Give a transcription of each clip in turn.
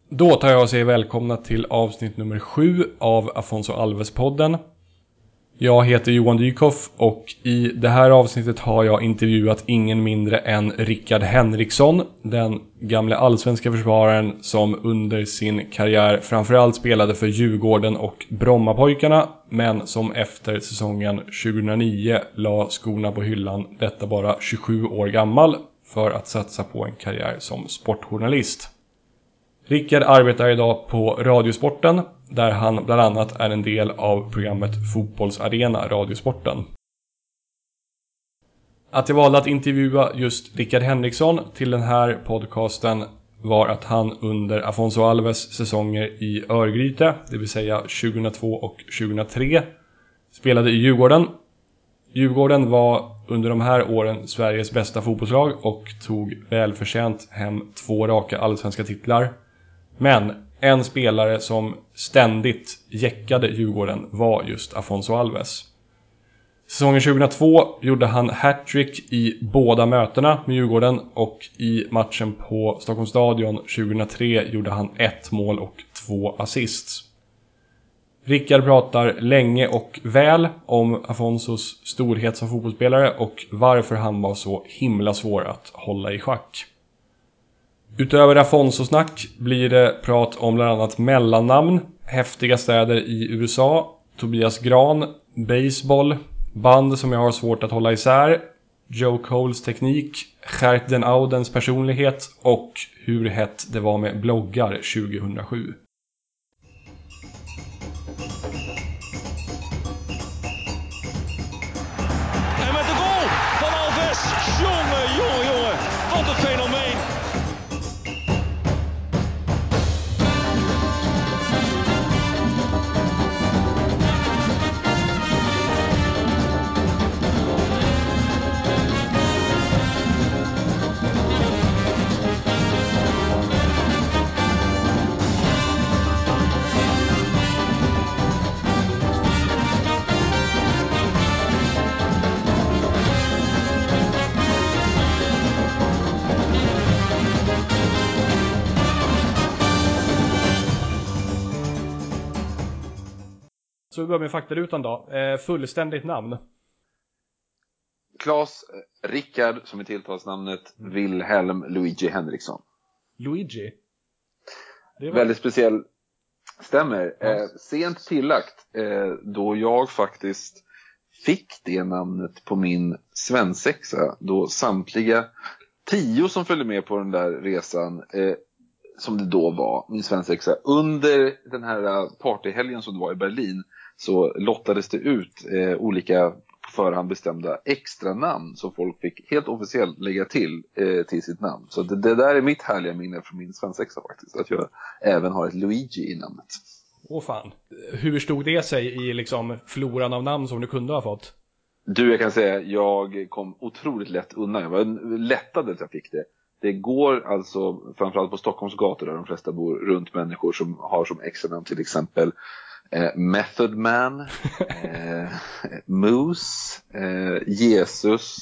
Då tar jag och säger välkomna till avsnitt nummer 7 av Afonso Alves-podden. Jag heter Johan Dykhoff och i det här avsnittet har jag intervjuat ingen mindre än Rickard Henriksson, den gamla allsvenska försvararen som under sin karriär framförallt spelade för Djurgården och Brommapojkarna, men som efter säsongen 2009 la skorna på hyllan, detta bara 27 år gammal, för att satsa på en karriär som sportjournalist. Rickard arbetar idag på Radiosporten, där han bland annat är en del av programmet Fotbollsarena Radiosporten. Att jag valde att intervjua just Rickard Henriksson till den här podcasten var att han under Afonso Alves säsonger i Örgryte, det vill säga 2002 och 2003, spelade i Djurgården. Djurgården var under de här åren Sveriges bästa fotbollslag och tog välförtjänt hem 2 raka allsvenska titlar. Men en spelare som ständigt jäckade Djurgården var just Afonso Alves. Säsongen 2002 gjorde han hattrick i båda mötena med Djurgården, och i matchen på Stockholms stadion 2003 gjorde han 1 mål och 2 assists. Rickard pratar länge och väl om Afonsos storhet som fotbollsspelare och varför han var så himla svår att hålla i schack. Utöver Afonso-snack blir det prat om bland annat mellannamn, häftiga städer i USA, Tobias Gran, baseball, band som jag har svårt att hålla isär, Joe Coles teknik, Gert den Oudens personlighet och hur hett det var med bloggar 2007. En met de goal van Alves. Jongen. Wat een fenomeen. Så vi börjar med faktarutan då. Fullständigt namn. Claes Rickard, som är tilltalsnamnet, Wilhelm Luigi Henriksson. Luigi? Det var... Väldigt speciell. Stämmer. Sent tillagt, då jag faktiskt fick det namnet på min svensexa, då samtliga 10 som följde med på den där resan, som det då var, min svensexa, under den här partyhelgen som det var i Berlin, så lottades det ut olika på förhand bestämda extra namn som folk fick helt officiellt lägga till sitt namn. Så det där är mitt härliga minne från min svensexa faktiskt, att jag även har ett Luigi i namnet. Åh fan. Hur stod det sig i liksom floran av namn som du kunde ha fått? Du, jag kan säga, jag kom otroligt lätt undan. Jag var lättad att jag fick det. Det går alltså, framförallt på Stockholms gator där de flesta bor, runt människor som har som extra namn till exempel Method Man, Moose, Jesus,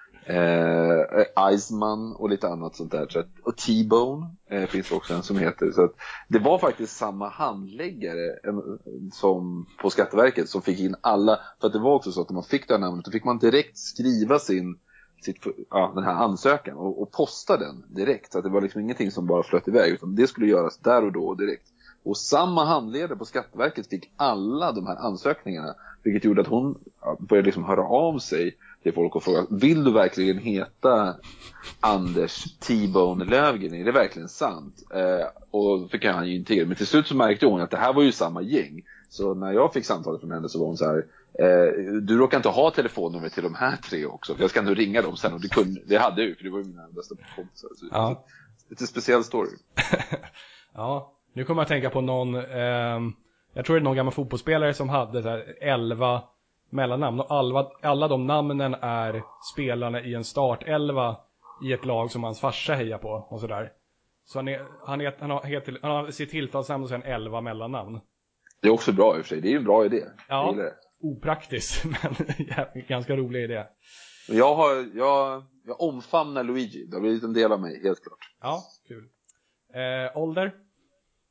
Iceman och lite annat sånt där. Så att, och T-Bone finns också en som heter. Så att det var faktiskt samma handläggare som på Skatteverket som fick in alla. För att det var också så att när man fick det här namnet, då fick man direkt skriva den här ansökan och posta den direkt. Så att det var liksom ingenting som bara flöt iväg, utan det skulle göras där och då direkt. Och samma handledare på Skatteverket fick alla de här ansökningarna, vilket gjorde att hon började liksom höra av sig till folk och fråga: vill du verkligen heta Anders T-Bone Lövgren? Är det verkligen sant? Och då fick han ju intyga. Men till slut så märkte hon att det här var ju samma gäng. Så när jag fick samtalet från henne så var hon så här: du råkar inte ha telefonnummer till de här 3 också, för jag ska nog ringa dem sen. Och det hade jag ju, för det var ju mina bästa kompisar. Ja. Det är en speciell story. Ja, nu kommer jag att tänka på någon, jag tror det är någon gammal fotbollsspelare som hade så här 11 mellannamn, och alla de namnen är spelarna i en startelva i ett lag som hans farsa hejar på och sådär. Så han har sitt tilltalsnamn och sen 11 mellannamn. Det är också bra i och för sig, det är ju en bra idé. Ja, opraktiskt, men ganska rolig idé. Jag omfamnar Luigi, det har blivit en del av mig, helt klart. Ja, kul. Ålder?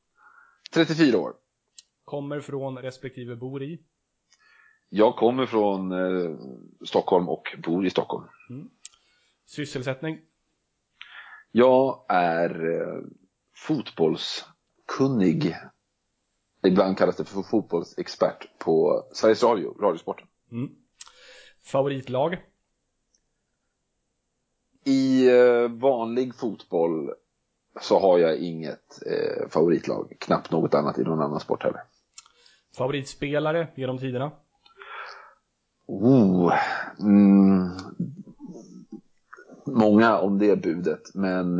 34 år. Kommer från respektive bor i? Jag kommer från Stockholm och bor i Stockholm. Sysselsättning? Jag är fotbollskunnig. Ibland kallas det för fotbollsexpert på Sveriges Radio, Radiosporten. Favoritlag? I vanlig fotboll så har jag inget favoritlag. Knappt något annat i någon annan sport heller. Favoritspelare genom tiderna? Många om det budet. Men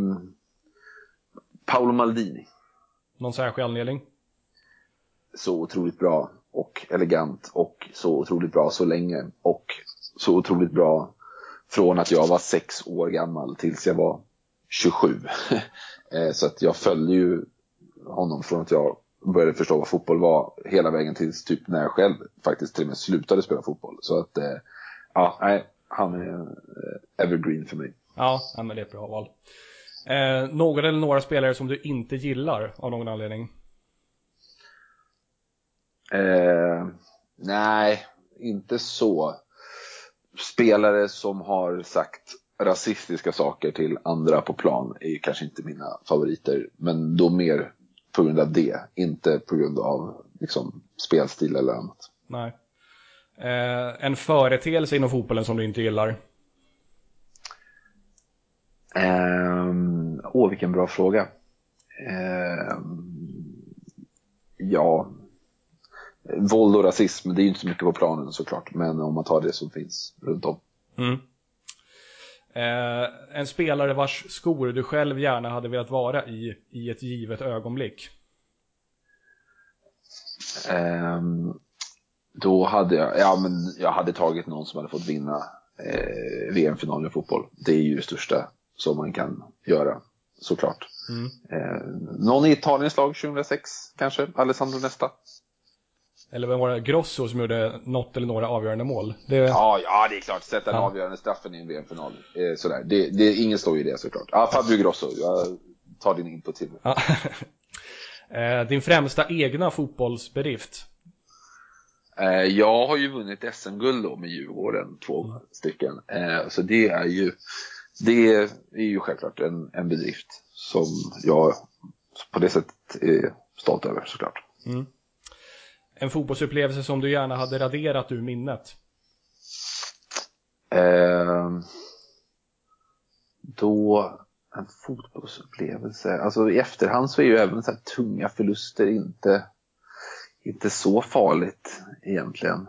Paolo Maldini. Någon särskild anledning? Så otroligt bra och elegant. Och så otroligt bra så länge. Och så otroligt bra från att jag var 6 år gammal tills jag var 27. Så att jag följde ju honom från att jag började förstå vad fotboll var hela vägen tills typ när jag själv faktiskt till och med slutade spela fotboll. Så att han är evergreen för mig. Ja, men det är ett bra val. Några eller några spelare som du inte gillar av någon anledning? Nej, inte så. Spelare som har sagt rasistiska saker till andra på plan är kanske inte mina favoriter. Men då mer på grund av det, inte på grund av liksom, spelstil eller annat. Nej. En företeelse inom fotbollen som du inte gillar? Vilken bra fråga. Ja, våld och rasism, det är ju inte så mycket på planen såklart. Men om man tar det som finns runt om. En spelare vars skor du själv gärna hade velat vara i ett givet ögonblick? Då hade jag hade tagit någon som hade fått vinna VM-finalen i fotboll. Det är ju det största som man kan göra, såklart. Någon i Italiens lag 2006 kanske, Alessandro Nesta. Eller vem var det? Grosso som gjorde något eller några avgörande mål? Ja, det är klart. Sätta en avgörande straffen i en VM-final. Sådär. Ingen står ju det, såklart. Ja, Fabio Grosso. Jag tar din input till. Ja. Din främsta egna fotbollsbedrift? Jag har ju vunnit SM-guld då med Djurgården 2 stycken. Så det är ju självklart en bedrift som jag på det sättet är stolt över, såklart. En fotbollsupplevelse som du gärna hade raderat ur minnet? Då en fotbollsupplevelse. Alltså i efterhand så är ju även så här tunga förluster inte så farligt egentligen.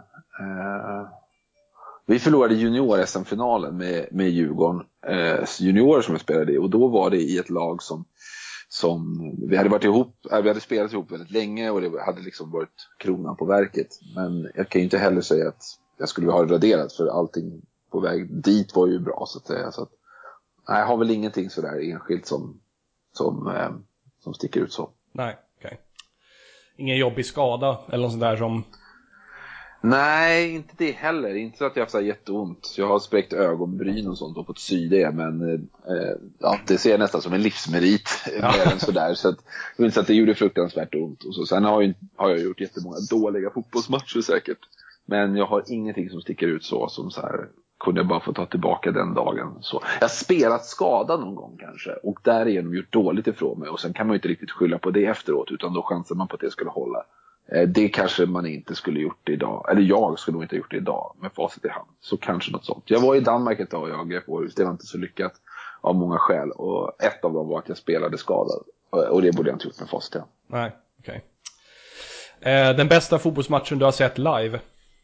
Vi förlorade junior-SM-finalen med Djurgården juniorer som jag spelade i. Och då var det i ett lag som vi hade varit ihop, vi hade spelat ihop väldigt länge och det hade liksom varit kronan på verket. Men jag kan ju inte heller säga att jag skulle ha raderat, för allting på väg dit var ju bra, så att säga. Så att, nej, jag har väl ingenting sådär enskilt som sticker ut så. Nej, okej. Ingen jobbig skada eller något sånt där som... Nej, inte det heller. Inte så att jag har haft så jätteont. Jag har spräckt ögonbryn och sånt och fått sy det. Men det ser jag nästan som en livsmerit. Mer än sådär. Så att, jag minns att det gjorde fruktansvärt ont. Och så. Sen har jag gjort jättemånga dåliga fotbollsmatcher säkert. Men jag har ingenting som sticker ut så. Som så här, kunde jag bara få ta tillbaka den dagen. Så. Jag har spelat skada någon gång kanske. Och därigenom gjort dåligt ifrån mig. Och sen kan man ju inte riktigt skylla på det efteråt. Utan då chansar man på att det skulle hålla. Det kanske man inte skulle gjort idag. Eller jag skulle nog inte ha gjort det idag med facit i hand. Så kanske något sånt. Jag var i Danmark ett tag och jag grep Århus. Det var inte så lyckat av många skäl. Och ett av dem var att jag spelade skadad. Och det borde jag inte gjort med facit i hand. Nej, okej. Den bästa fotbollsmatchen du har sett live?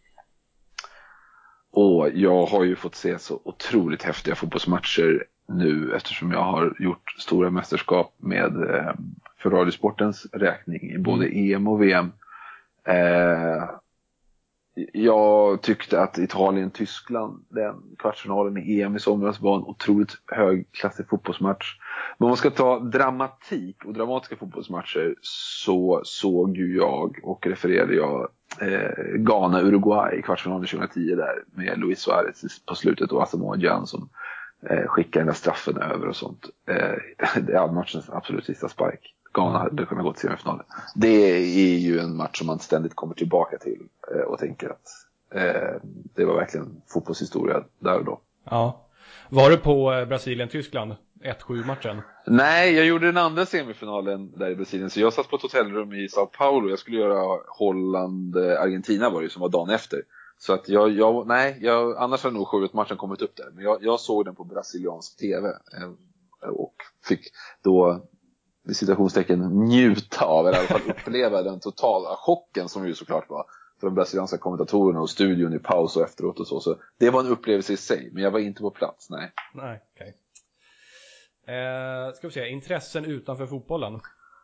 Och jag har ju fått se så otroligt häftiga fotbollsmatcher nu. Eftersom jag har gjort stora mästerskap med för Radiosportens räkning i både EM och VM. Jag tyckte att Italien-Tyskland, den kvartsfinalen i EM i somras, var en otroligt högklassig fotbollsmatch. Men om man ska ta dramatik och dramatiska fotbollsmatcher, så såg ju jag och refererade jag Ghana-Uruguay i kvartsfinalen 2010 där med Luis Suarez på slutet och Asamoah Gyan som skicka den där straffen över och sånt. Det är matchens absolut sista spark. Ghana hade kunnat gå till semifinalen. Det är ju en match som man ständigt kommer tillbaka till och tänker att det var verkligen fotbollshistoria där och då. Ja. Var du på Brasilien-Tyskland 1-7-matchen? Nej, jag gjorde den andra semifinalen där i Brasilien. Så jag satt på ett hotellrum i Sao Paulo. Jag skulle göra Holland-Argentina var det som var dagen efter. Så att annars hade nog 7-matchen kommit upp där. Men jag såg den på brasiliansk tv. Och fick då vid citationstecken njuta av, eller i alla fall uppleva den totala chocken som ju såklart var för de brasilianska kommentatorerna och studion i paus och efteråt och så. Så det var en upplevelse i sig, men jag var inte på plats, nej. Nej, okej. Ska vi se, intressen utanför fotbollen?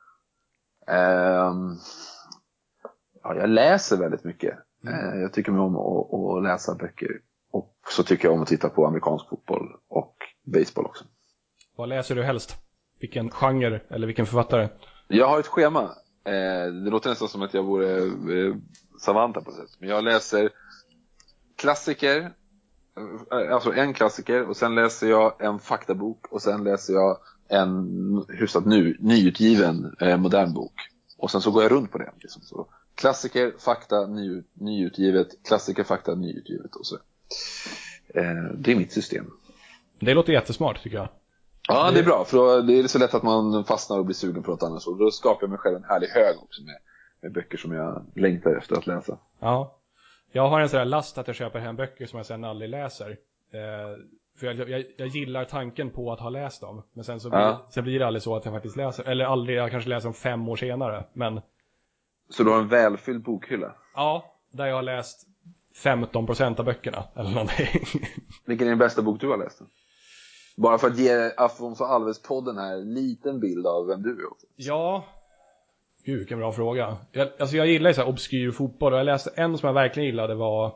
Ja, jag läser väldigt mycket. Jag tycker mig om att läsa böcker. Och så tycker jag om att titta på amerikansk fotboll och baseball också. Vad läser du helst? Vilken genre eller vilken författare? Jag har ett schema. Det låter nästan som att jag vore savanta på sätt. Men jag läser klassiker. Alltså en klassiker. Och sen läser jag en faktabok. Och sen läser jag en hyfsat nyutgiven modern bok. Och sen så går jag runt på det. Liksom. Så klassiker, fakta, nyutgivet. Klassiker, fakta, nyutgivet. Och så. Det är mitt system. Det låter jättesmart tycker jag. Ja, det är bra, för det är så lätt att man fastnar och blir sugen på något annat. Och då skapar jag mig själv en härlig hög också med böcker som jag längtar efter att läsa. Ja, jag har en sån här last att jag köper hem böcker som jag sen aldrig läser. För jag gillar tanken på att ha läst dem. Men sen så blir det aldrig så att jag faktiskt läser. Eller aldrig, jag kanske läser dem 5 år senare. Men... Så du har en välfylld bokhylla? Ja, där jag har läst 15% av böckerna eller någonting. Vilken är den bästa bok du har läst? Bara för att ge Afonso Alves-podden här en liten bild av vem du är också. Ja, gud vilken bra fråga. Jag gillar ju så här obskyr fotboll. Och jag läste en som jag verkligen gillade var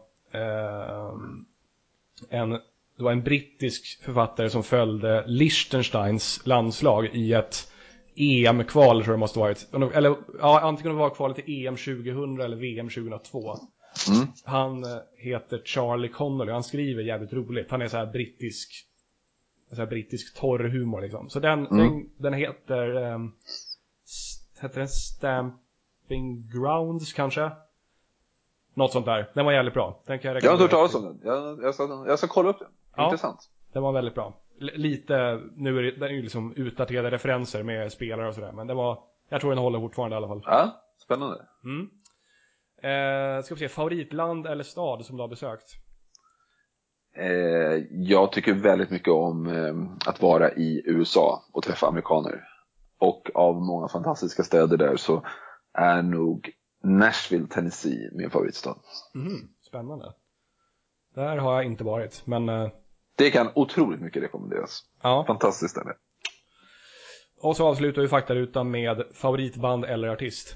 det var en brittisk författare som följde Liechtensteins landslag i ett EM-kval tror jag det måste varit. Eller ja, antingen det var kvalet till EM 2000 eller VM 2002. Han heter Charlie Connolly. Han skriver jävligt roligt. Han är så här brittisk torrhumor liksom. Så den heter den Stamping Grounds kanske? Något sånt där. Den var jävligt bra. Den kan jag har hört talas om den. Jag ska kolla upp den. Ja, intressant. Den var väldigt bra. Lite, nu är det ju liksom utdaterade referenser med spelare och sådär. Men jag tror den håller fortfarande i alla fall. Ja, spännande. Ska vi se, favoritland eller stad som du har besökt? Jag tycker väldigt mycket om att vara i USA och träffa amerikaner. Och av många fantastiska städer där så är nog Nashville, Tennessee min favoritstad. Spännande. Där har jag inte varit, men... Det kan otroligt mycket rekommenderas. Ja. Fantastiskt ställe. Och så avslutar vi faktarutan med favoritband eller artist.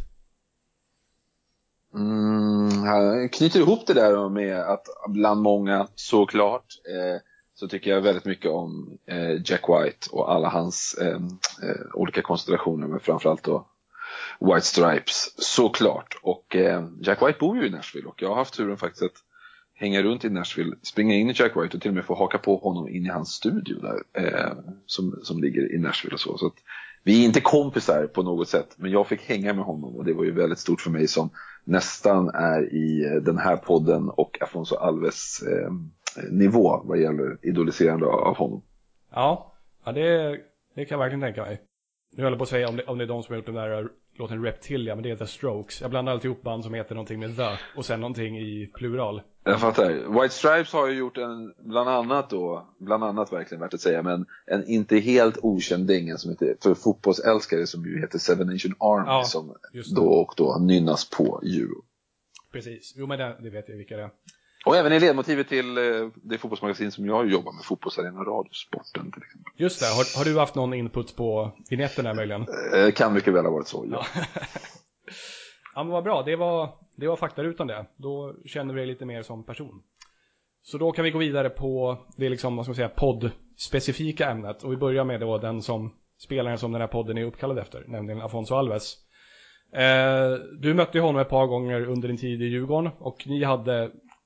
Jag knyter ihop det där med att bland många såklart så tycker jag väldigt mycket om Jack White och alla hans olika konstellationer, men framförallt då White Stripes såklart. Och Jack White bor ju i Nashville och jag har haft turen faktiskt att hänga runt i Nashville, springa in i Jack White och till och med få haka på honom in i hans studio där som ligger i Nashville och så att vi är inte kompisar på något sätt, men jag fick hänga med honom och det var ju väldigt stort för mig som nästan är i den här podden och Afonso Alves nivå vad gäller idoliserande av honom. Ja det kan jag verkligen tänka mig. Nu håller jag på att säga om det är de som har gjort den där låten Reptilia, men det är The Strokes. Jag blandar alltid ihop band som heter någonting med The och sen någonting i plural. Jag fattar. White Stripes har ju gjort bland annat verkligen värt att säga, men en inte helt okänd dänga som heter, för fotbollsälskare, som ju heter Seven Nation Army, som då och då nynnas på Euro. Precis, jo men det vet jag vilka det är. Och även i ledmotivet till det fotbollsmagasin som jag jobbar med, Fotbollsarena Radiosporten till exempel. Just det, har du haft någon input på vignetten här möjligen? Kan mycket väl ha varit så, ja. Ja men vad bra, det var faktarutan det. Då känner vi dig lite mer som person. Så då kan vi gå vidare på det liksom, vad ska man säga, podd-specifika ämnet. Och vi börjar med då spelaren som den här podden är uppkallad efter, nämligen Afonso Alves. Du mötte ju honom ett par gånger under din tid i Djurgården och ni hade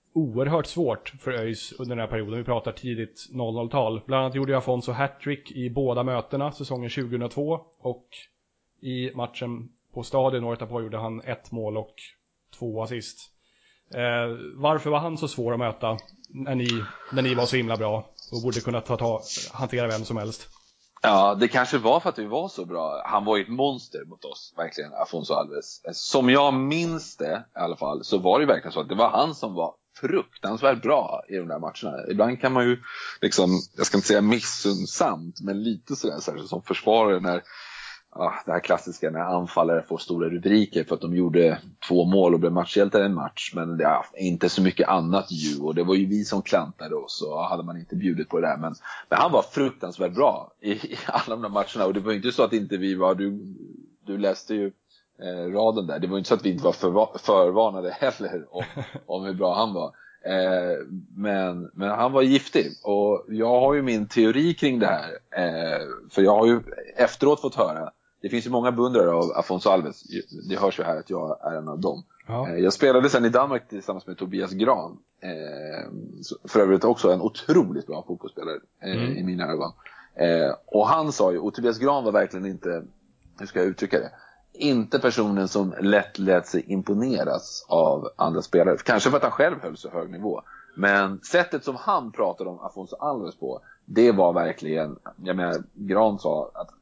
oerhört svårt för ÖIS under den här perioden. Vi pratar tidigt 00-tal. Bland annat gjorde Afonso hattrick i båda mötena säsongen 2002, och i matchen på Stadion året därpå gjorde han 1 mål och 2 assist. Varför var han så svår att möta när ni var så himla bra och borde kunna hantera vem som helst? Ja, det kanske var för att vi var så bra. Han var ju ett monster mot oss, verkligen, Afonso Alves. Som jag minns det i alla fall, så var det verkligen så att det var han som var fruktansvärt bra i de där matcherna. Ibland kan man ju liksom, jag ska inte säga missunnsamt, men lite sådär, särskilt som försvarare när det här klassiska när anfallare får stora rubriker för att de gjorde 2 mål och blev matchhjältar en match, men det är inte så mycket annat ju, och det var ju vi som klantade oss, och hade man inte bjudit på det där, men han var fruktansvärt bra i alla de där matcherna, och det var ju inte så att inte vi var, du läste ju raden där, det var ju inte så att vi inte var förvarnade heller om hur bra han var. Men han var giftig, och jag har ju min teori kring det här, för jag har ju efteråt fått höra, det finns ju många beundrare av Afonso Alves, det hörs ju här att jag är en av dem. Ja. Jag spelade sen i Danmark tillsammans med Tobias Gran, för övrigt också en otroligt bra fotbollsspelare i mina ögon, och han sa ju, och Tobias Gran var verkligen inte, hur ska jag uttrycka det, inte personen som lätt lät sig imponeras av andra spelare. Kanske för att han själv höll så hög nivå. Men sättet som han pratade om Afonso Alves på, det var verkligen, jag menar, Gran sa att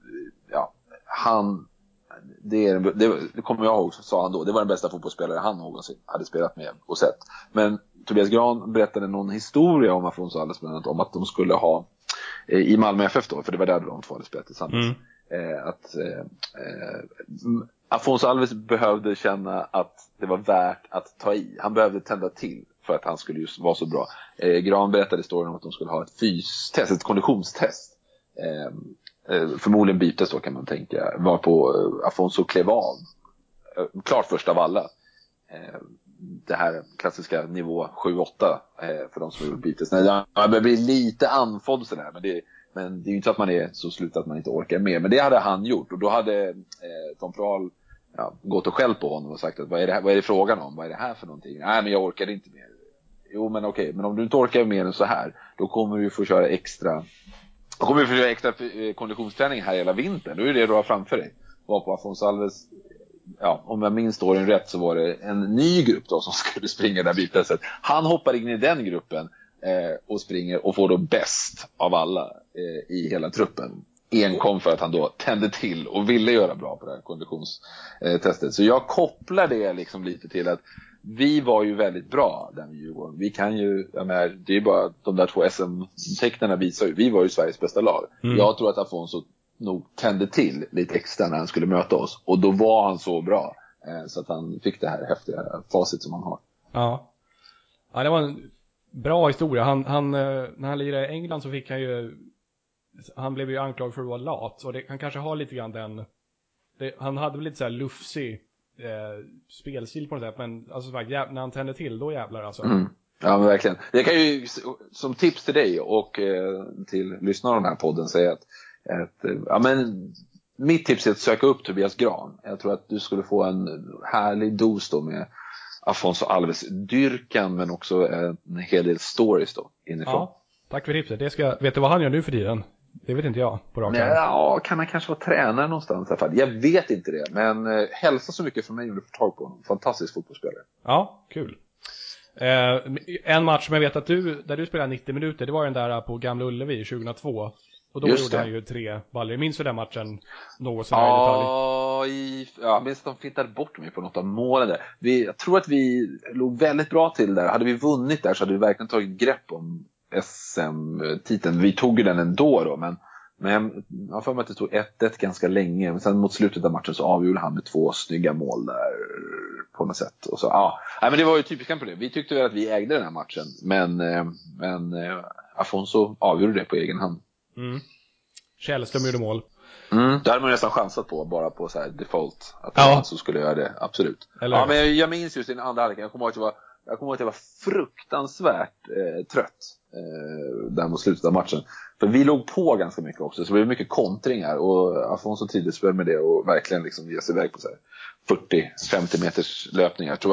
det kommer jag ihåg, sa han då, det var den bästa fotbollsspelare han någonsin hade spelat med och sett. Men Tobias Gran berättade någon historia om Afonso Alves, bland annat om att de skulle ha i Malmö FF då, för det var där de två hade spelat tillsammans. Afonso Alves behövde känna att det var värt att ta i. Han behövde tända till för att han skulle just vara så bra. Gran berättade historien om att de skulle ha ett fystest, ett konditionstest. Förmodligen bytes då, kan man tänka. Var på Afonso klev av. Klart först av alla. Det här klassiska nivå 7-8 för de som gjorde bytes. Man börjar bli lite andfådd sådär, men det är ju inte så att man är så slut att man inte orkar med. Men det hade han gjort, och då hade Tom Prahl gått och skällt på honom och sagt att vad är det frågan om? Vad är det här för någonting? Nej, men jag orkade inte mer. Jo, men okej, men om du inte orkar mer än så här, då kommer du få köra extra konditionsträning här hela vintern. Då är det du har framför dig. Var på Afonso Alves, om jag minns storyn rätt, så var det en ny grupp då som skulle springa där bytesset. Han hoppar in i den gruppen och springer och får då bäst av alla i hela truppen. Enkom för att han då tände till och ville göra bra på det här konditionstestet. Så jag kopplar det liksom lite till att vi var ju väldigt bra där med Djurgården. Vi kan ju, det är ju bara de där 2 SM-tecknarna visar ju, vi var ju Sveriges bästa lag. Jag tror att Afonso nog tände till lite extra när han skulle möta oss, och då var han så bra så att han fick det här häftiga facit som han har. Ja, det var en bra historia. Han när han lirade i England så fick han blev ju anklagad för att vara lat, och han kanske har lite grann han hade väl lite så här lufsig spelstil på något sätt, men alltså när han tände till, då jävlar alltså. Ja, men verkligen. Jag kan ju som tips till dig och till lyssnarna av den här podden säga att mitt tips är att söka upp Tobias Gran. Jag tror att du skulle få en härlig dos då med Afonso Alves dyrkan, men också en hel del stories då inifrån. Ja, tack för tipset. Vet du vad han gör nu för tiden? Det vet inte jag på raka. Ja, kan han kanske vara tränare någonstans i alla fall? Jag vet inte det, men hälsa så mycket för mig om du får tag på honom. Fantastisk fotbollsspelare. Ja, kul. En match som jag vet att där du spelade 90 minuter, det var den där på Gamla Ullevi 2002. Och då gjorde han ju 3 baller. Minns du den matchen något sån här i detalj? Jag minns att de fittade bort mig på något av målen där. Jag tror att vi låg väldigt bra till där. Hade vi vunnit där så hade vi verkligen tagit grepp om SM-titeln. Vi tog ju den ändå då, men jag har för mig att det tog 1-1 ganska länge. Men sen mot slutet av matchen så avgjorde han med 2 snygga mål där på något sätt. Och så, men det var ju typiskt på det. Vi tyckte väl att vi ägde den här matchen, men Afonso avgjorde det på egen hand. Källström gjorde mål. Det hade man nästan chansat på, bara på så här default att så skulle göra det, absolut. Men jag minns just i den andra halvleken, jag kommer ihåg att jag var fruktansvärt trött där mot slutet av matchen. För vi låg på ganska mycket också, så det blev mycket kontringar, och Afonso trivdes väl med det och verkligen liksom ge sig iväg på så här 40-50 meters löpningar. Jag tror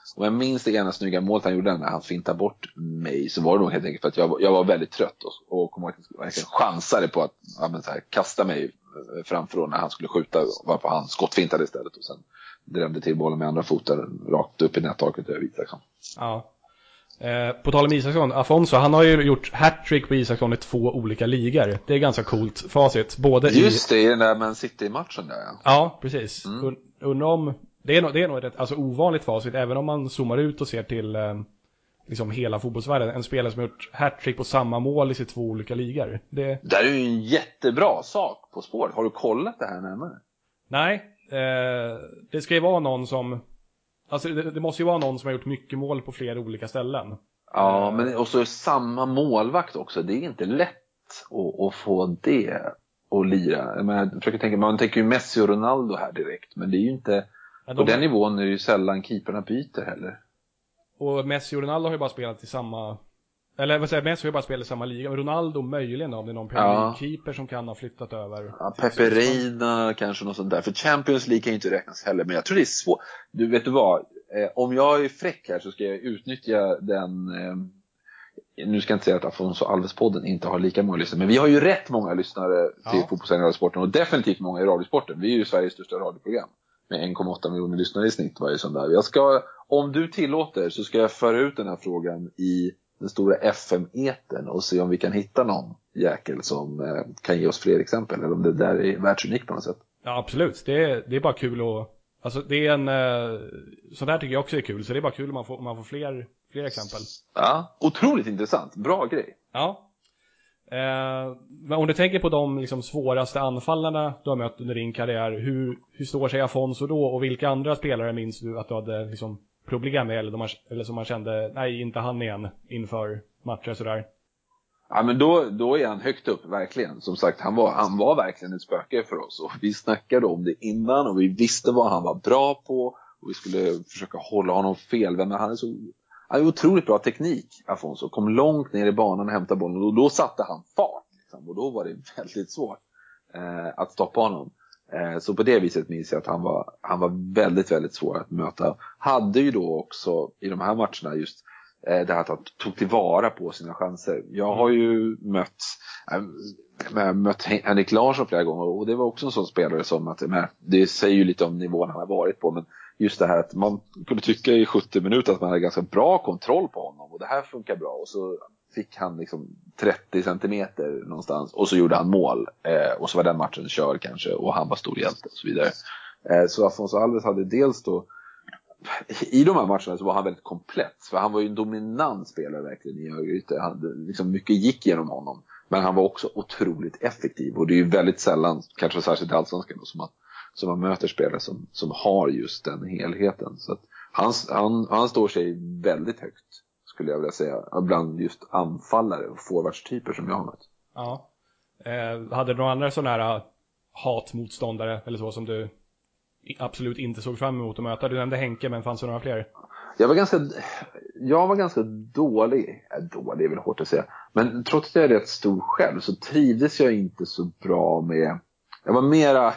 Om jag minns det ena snygga målet han gjorde när han fintade bort mig, så var det nog helt enkelt för att jag var väldigt trött och kom verkligen chansade på att så här, kasta mig framför när han skulle skjuta, varpå han skottfintade istället och sen drämde till bollen med andra foten rakt upp i nättaket över Isaksson. Ja. På tal om Isaksson, Afonso, han har ju gjort hattrick på Isaksson i 2 olika ligor. Det är ganska coolt facit. Både just det, i den där Man City-matchen där, ja. Ja, precis. Undrar om det är nog ett ovanligt facit, även om man zoomar ut och ser till liksom hela fotbollsvärlden. En spelare som har gjort hattrick på samma mål i 2 olika ligor. Det där är ju en jättebra sak på spåret. Har du kollat det här närmare? Nej, det ska ju vara någon som... Alltså det måste ju vara någon som har gjort mycket mål på flera olika ställen. Ja, men också samma målvakt också. Det är inte lätt att få det att lira. Jag försöker tänka, man tänker ju Messi och Ronaldo här direkt. Men det är ju inte... På den nivån är det ju sällan keeperna byter heller. Och Messi och Ronaldo har ju bara spelat i samma... Eller vad säger Messi har ju bara spelat i samma liga. Men Ronaldo möjligen om det är någon Premier League-keeper som kan ha flyttat över. Ja, Pepe Reina kanske något sånt där. För Champions League kan ju inte räknas heller. Men jag tror det är svårt. Du vet du vad? Om jag är fräck här så ska jag utnyttja den... Nu ska jag inte säga att Afonso Alves-podden inte har lika många lyssnare. Men vi har ju rätt många lyssnare till fotbollssändningar och sporten. Och definitivt många i radiosporten. Vi är ju Sveriges största radioprogram. Med 1,8 miljoner lyssnare i snitt varje söndag. Om du tillåter så ska jag föra ut den här frågan i den stora FM-eten och se om vi kan hitta någon jäkel som kan ge oss fler exempel. Eller om det där är världsunikt på något sätt. Ja, absolut. Det är bara kul att... Alltså det är en... sånt här tycker jag också är kul. Så det är bara kul om man får fler exempel. Ja, otroligt intressant. Bra grej. Ja. Men om du tänker på de liksom svåraste anfallarna du har mött under din karriär, hur står sig Afonso då, och vilka andra spelare minns du att du hade liksom problem med eller som man kände, nej inte han igen inför matcher sådär? Ja, men då är han högt upp, verkligen. Som sagt, han var verkligen ett spöke för oss. Och vi snackade om det innan och vi visste vad han var bra på. Och vi skulle försöka hålla honom fel. Men han är otroligt bra teknik, Afonso. Kom långt ner i banan och hämtade bollen. Och då satte han fart. Liksom. Och då var det väldigt svårt att stoppa honom. Så på det viset minns jag att han var väldigt, väldigt svår att möta. Hade ju då också i de här matcherna just det här att han tog tillvara på sina chanser. Jag har ju mött Henrik Larsson flera gånger, och det var också en sån spelare som att, det säger ju lite om nivån han har varit på, men just det här att man kunde tycka i 70 minuter att man hade ganska bra kontroll på honom och det här funkar bra, och så fick han liksom 30 centimeter någonstans och så gjorde han mål och så var den matchen körd kanske och han var stor hjälte och så vidare. Så Afonso Alves hade dels då i de här matcherna så var han väldigt komplett, för han var ju en dominant spelare verkligen i Örgryte. Liksom mycket gick genom honom, men han var också otroligt effektiv, och det är ju väldigt sällan, kanske särskilt i Allsvenskan, som man möter spelare som har just den helheten. Så att han står sig väldigt högt, skulle jag vilja säga, bland just anfallare och forwardstyper som jag har mött. Ja. Hade du några andra sådana här hatmotståndare eller så som du absolut inte såg fram emot att möta? Du nämnde Henke, men fanns det några fler? Jag var ganska dålig. Dålig är väl hårt att säga. Men trots att jag är rätt stor själv så trivdes jag inte så bra med... Jag var mera...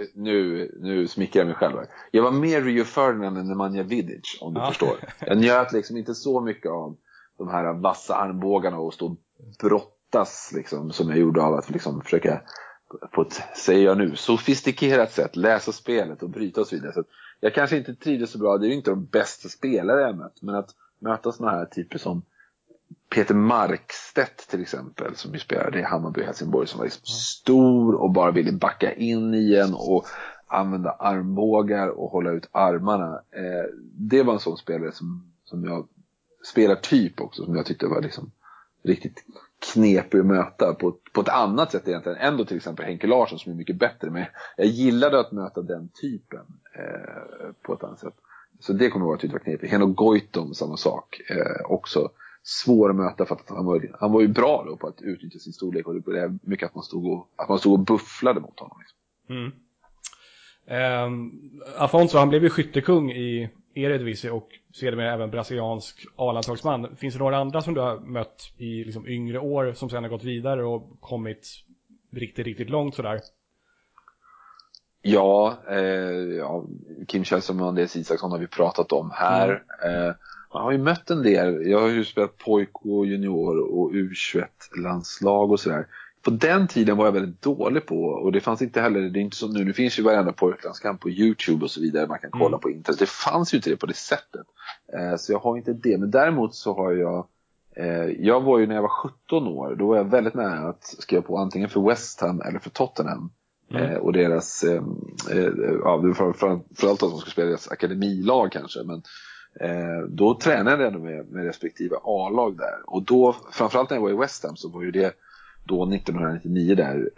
Nu smickrar jag mig själv. Jag var mer Rio Ferdinand än Nemanja Vidic, om du förstår. Jag njöt liksom inte så mycket av de här vassa armbågarna och stå och brottas liksom, som jag gjorde av att liksom försöka... på ett, säger jag nu, sofistikerat sätt läsa spelet och bryta och så vidare. Så jag kanske inte trivdes så bra. Det är ju inte de bästa spelare jag mött, men att möta såna här typer som Peter Markstedt till exempel, som ju spelade i Hammarby och Helsingborg, som var liksom stor och bara ville backa in igen och använda armbågar och hålla ut armarna. Det var en sån spelare som jag spelar typ också, som jag tyckte var liksom riktigt knepig att möta på ett annat sätt egentligen. Ändå till exempel Henke Larsson som är mycket bättre, men jag gillade att möta den typen på ett annat sätt. Så det kommer att vara tydligt knepig. Henok Goitom, samma sak. Också svår att möta för att han var ju bra då på att utnyttja sin storlek, och det blev mycket att man stod och bufflade mot honom. Liksom. Afonso, han blev ju skyttekung i Eredivisie och sedermera även brasiliansk A-landslagsman. Finns det några andra som du har mött i liksom yngre år som sedan har gått vidare och kommit riktigt, riktigt långt sådär? Ja, Kim Källström och Andreas Isaksson har vi pratat om här. Man har ju mött en del. Jag har ju spelat pojk och junior och U21-landslag och sådär. På den tiden var jag väldigt dålig på, och det fanns inte heller, det är inte som nu finns ju varenda pojklandskamp på YouTube och så vidare, man kan kolla på internet. Det fanns ju inte det på det sättet. Så jag har inte det, men däremot så har jag var ju när jag var 17 år, då var jag väldigt nära att skriva på antingen för West Ham eller för Tottenham. Och deras framförallt att de skulle spela deras akademilag kanske, men då tränade jag med respektive A-lag där, och då framförallt när jag var i West Ham så var ju det då 1999 där,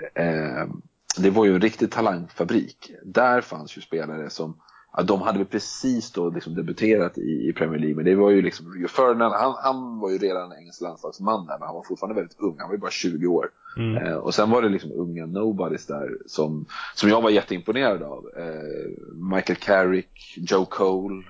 det var ju en riktig talangfabrik. Där fanns ju spelare som, de hade väl precis då liksom debuterat i Premier League, men det var ju liksom Rio Ferdinand, han var ju redan en engelsk landslagsman där, men han var fortfarande väldigt ung, han var ju bara 20 år. Och sen var det liksom unga nobodies där som jag var jätteimponerad av. Michael Carrick, Joe Cole,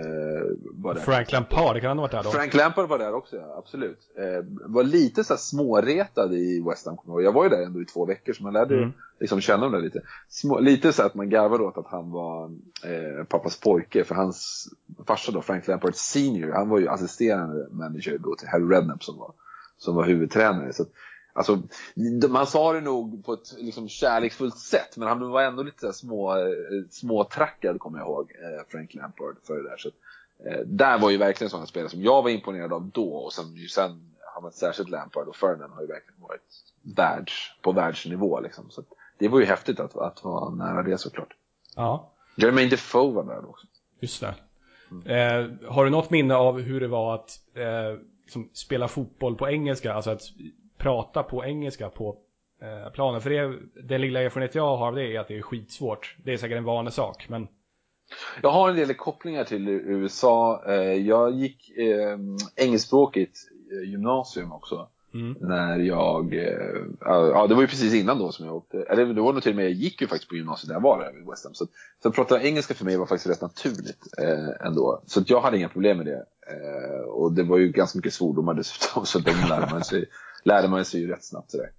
var där. Frank Lampard, kan han ha varit där då? Frank Lampard var där också, ja, absolut. Var lite så här småretad i West Ham. Jag var ju där ändå i 2 veckor, så man lärde liksom känna dem där lite. Lite så att man garvade åt att han var pappas pojke, för hans farsa då, Frank Lampard senior, han var ju assisterande manager då till Harry Redknapp som var huvudtränare. Så att, alltså, man sa det nog på ett liksom kärleksfullt sätt, men han var ändå lite småtrackad, kommer jag ihåg, Frank Lampard för det där. Så där var ju verkligen sådana spelare som jag var imponerad av då, och sen har man särskilt Lampard och Ferdinand har ju verkligen varit på världsnivå liksom. Så det var ju häftigt att vara nära det, såklart. Ja. Jermaine Defoe var där också. Just det. Har du något minne av hur det var att liksom spela fotboll på engelska, alltså att prata på engelska på planen? För den lilla erfarenhet jag har av det är att det är skitsvårt. Det är säkert en vanlig sak, men jag har en del kopplingar till USA. Jag gick engelskspråkigt gymnasium också. När jag det var ju precis innan då som jag åkte, eller det var nog till och med, jag gick ju faktiskt på gymnasiet där jag var där i West Ham, så att prata engelska för mig var faktiskt rätt naturligt ändå, så att jag hade inga problem med det, och det var ju ganska mycket svordomar dessutom, så det lärde man sig ju rätt snabbt sådär.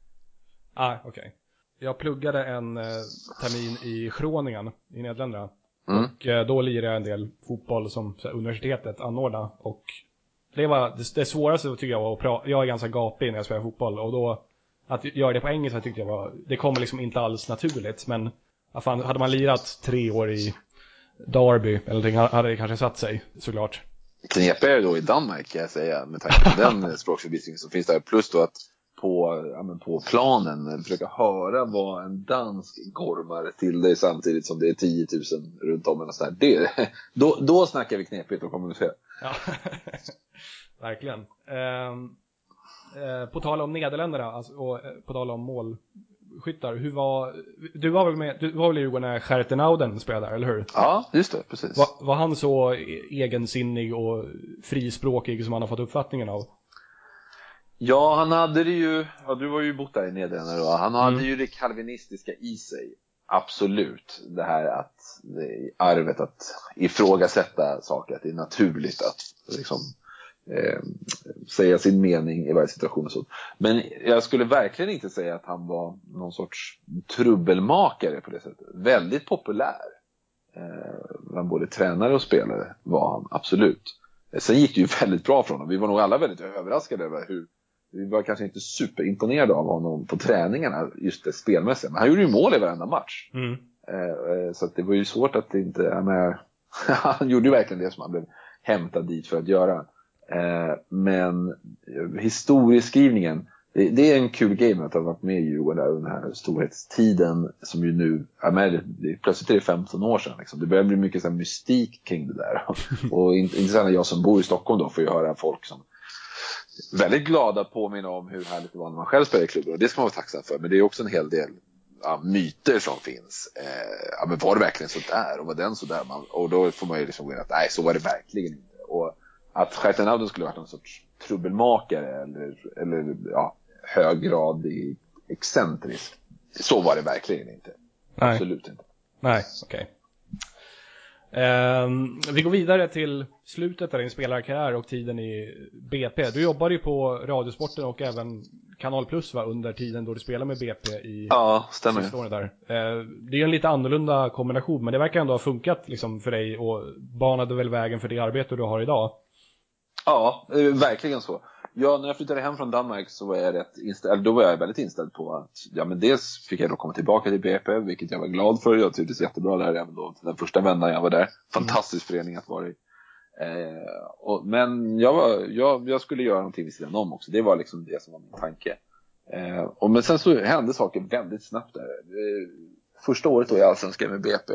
Okej. Jag pluggade en termin i Groningen i Nederländerna, och då lirade jag en del fotboll som universitetet anordnade, och det svåraste tycker jag var jag är ganska gapig när jag spelar fotboll, och då att göra det på engelska tyckte jag det kommer liksom inte alls naturligt, men hade man lirat 3 år i Derby eller någonting, hade det kanske satt sig, såklart. Knepigare då i Danmark, kan jag säga, med tanke på den språkförbistringen som finns där, plus då att på planen försöka höra vad en dansk gormar till dig samtidigt som det är 10 000 runt om och så där. Då snackar vi knepigt och kommunicera. Ja. Verkligen. På tal om Nederländerna, alltså, och på tal om målskyttar, du var väl i Djurgården när Schertenhausen spelade där, eller hur? Ja, just det, precis. Var han så egensinnig och frispråkig som han har fått uppfattningen av? Ja, han hade det ju, du var ju bott där i Nederländerna då. Han hade ju det kalvinistiska i sig. Absolut. Det här arvet att ifrågasätta saker, att det är naturligt att liksom säga sin mening i varje situation och så. Men jag skulle verkligen inte säga att han var någon sorts trubbelmakare på det sättet. Väldigt populär. Bland både tränare och spelare var han, absolut. Sen gick det ju väldigt bra från honom. Vi var nog alla väldigt överraskade över vi var kanske inte superimponerade av honom på träningarna, just det spelmässiga. Men han gjorde ju mål i varenda match. Så att det var ju svårt att inte... han gjorde ju verkligen det som han blev hämtad dit för att göra. Men historieskrivningen, det är en kul game att ha varit med i Djurgården där under den här storhetstiden som ju nu, plötsligt är det 15 år sedan liksom. Det börjar bli mycket så här mystik kring det där. Och inte så här, jag som bor i Stockholm då får ju höra folk som väldigt glada påminna om hur härligt det var när man själv spelade i klubben, och det ska man vara tacksam för. Men det är också en hel del myter som finns. Men var det verkligen så där? Och var den så där? Och då får man ju liksom gå in att nej, så var det verkligen inte. Och att Schertenhausen skulle varit någon sorts trubbelmakare eller höggradig excentrisk, så var det verkligen inte. Nej. Absolut inte. Nej, okej. Vi går vidare till slutet av din spelarkarriär och tiden i BP. Du jobbade ju på Radiosporten och även Kanal Plus under tiden då du spelade med BP i sista året där. Det är ju en lite annorlunda kombination, men det verkar ändå ha funkat liksom för dig och banade väl vägen för det arbete du har idag. Ja, verkligen så. Ja, när jag flyttade hem från Danmark så var jag då var jag väldigt inställd på att men dels fick jag då komma tillbaka till BP, vilket jag var glad för. Jag tycktes jättebra där även då den första vändan jag var där. Fantastisk förening att vara i. Men jag skulle göra någonting vid sidan om också. Det var liksom det som var min tanke. Men sen så hände saker väldigt snabbt där. Första året då i Allsvenskan med BP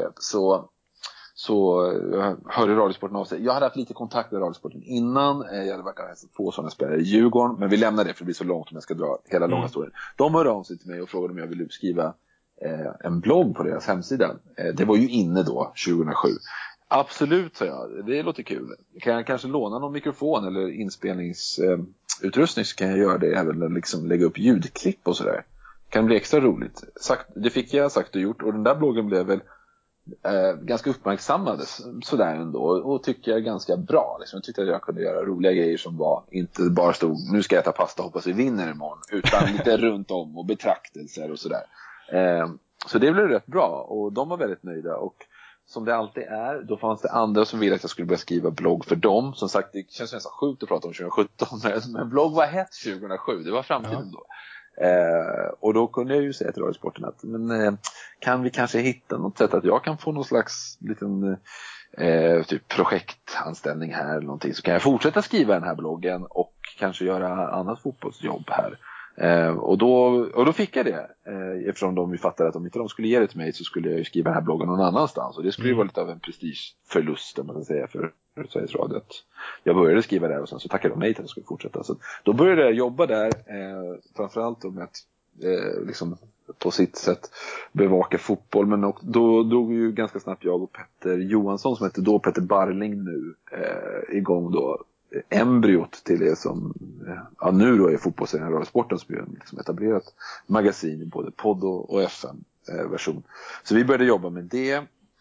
så hörde Radiosporten av sig. Jag hade haft lite kontakt med Radiosporten innan. Jag hade varit hälsat på sådana spelare i Djurgården. Men vi lämnar det för det blir så långt om jag ska dra hela långa historien. De hörde av sig till mig och frågade om jag ville skriva en blogg på deras hemsida. Det var ju inne då, 2007. Absolut, sa jag. Det låter kul. Kan jag kanske låna någon mikrofon eller inspelningsutrustning så kan jag göra det även liksom lägga upp ljudklipp och sådär. Kan bli extra roligt. Det fick jag sagt och gjort. Och den där bloggen blev väl ganska uppmärksammades sådär ändå och tycker jag ganska bra liksom. Jag tyckte att jag kunde göra roliga grejer som var inte bara stod nu ska jag äta pasta och hoppas vi vinner imorgon utan lite runt om och betraktelser och sådär. Så det blev rätt bra och de var väldigt nöjda och som det alltid är, då fanns det andra som ville att jag skulle börja skriva blogg för dem. Som sagt, det känns nästan sjukt att prata om 2017 men blogg var hett 2007, det var framtiden då. Och då kunde jag ju säga till Radiosporten att kan vi kanske hitta något sätt att jag kan få någon slags liten typ projektanställning här eller någonting, så kan jag fortsätta skriva den här bloggen och kanske göra annat fotbollsjobb här. Och då fick jag det eftersom de fattade att om inte de skulle ge det till mig så skulle jag ju skriva den här bloggen någon annanstans och det skulle ju vara lite av en prestigeförlust man kan säga för Sveriges Radio. Jag började skriva där och sen så tackade de mig till att jag skulle fortsätta. Så då började jag jobba där framförallt med att liksom på sitt sätt bevaka fotboll, men då drog ju ganska snabbt jag och Petter Johansson som hette då Petter Barling nu igång då embryot till det som nu då är fotbollsserien Radiosporten som är liksom etablerat magasin i både podd och FM-version. Så vi började jobba med det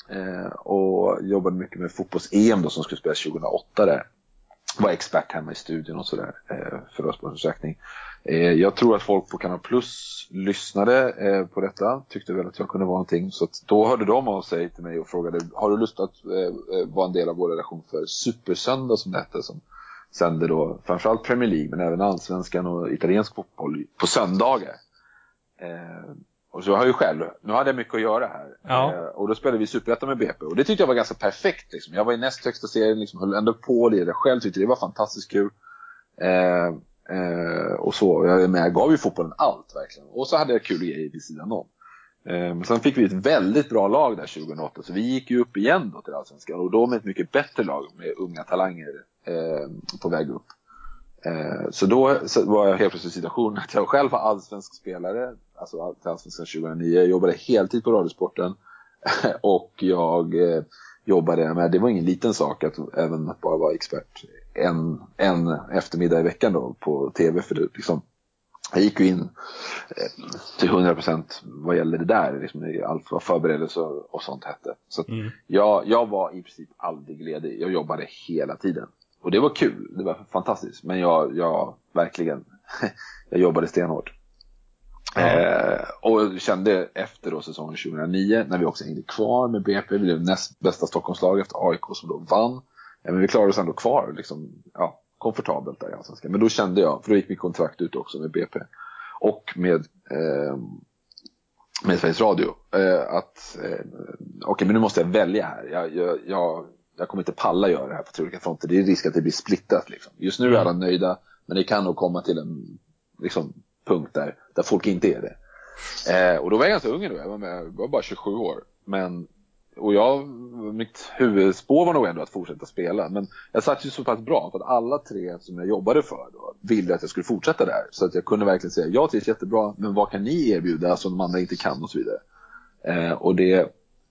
och jobbade mycket med fotbolls-EM då som skulle spelas 2008 där. Var expert hemma i studion och sådär för Radiosportens räkning. Jag tror att folk på Kanal Plus lyssnade på detta, tyckte väl att jag kunde vara någonting. Så att då hörde de av sig till mig och frågade, har du lust att vara en del av vår redaktion för Supersöndag som det hette, som sände då framförallt Premier League men även allsvenskan och italiensk fotboll på söndagar. Och så har jag ju nu hade jag mycket att göra här. Och då spelade vi Superettan med BP och det tyckte jag var ganska perfekt liksom. Jag var i näst högsta serien liksom, höll ändå på det. Jag själv tyckte det var fantastiskt kul. Och så, jag gav ju fotbollen allt verkligen. Och så hade jag kul grejer vid sidan om. Men sen fick vi ett väldigt bra lag där 2008. Så vi gick ju upp igen då till Allsvenskan. Och då med ett mycket bättre lag med unga talanger på väg upp. Så då var jag helt plötsligt i situationen att jag själv var allsvensk spelare. Alltså till Allsvenskan 2009. Jag jobbade heltid på Radiosporten. Och jag jobbade med, det var ingen liten sak att även att bara vara expert en eftermiddag i veckan då på tv, för det liksom, jag gick ju in till 100% vad gäller det där liksom, allt vad förberedelse och sånt hette. Så att jag var i princip aldrig ledig, jag jobbade hela tiden och det var kul, det var fantastiskt, men jag verkligen jag jobbade stenhårt. Och kände efter då säsongen 2009 när vi också hängde kvar med BP, vi blev näst bästa Stockholmslag efter AIK som då vann, men vi klarade oss ändå kvar liksom, komfortabelt där i Allsvenskan. Men då kände jag, för då gick mitt kontrakt ut också med BP och med Sveriges Radio att okej, men nu måste jag välja här. Jag kommer inte palla göra det här på tre olika fronter. Det är risk att det blir splittat liksom. Just nu är alla nöjda, men det kan nog komma till en liksom punkt där folk inte är det. Och då var jag ganska ung då. Jag var bara 27 år. Och mitt huvudspår var nog ändå att fortsätta spela. Men jag satt ju så pass bra för att alla tre som jag jobbade för då ville att jag skulle fortsätta där. Så att jag kunde verkligen säga, jag trivs jättebra, men vad kan ni erbjuda som de andra inte kan och så vidare. Och det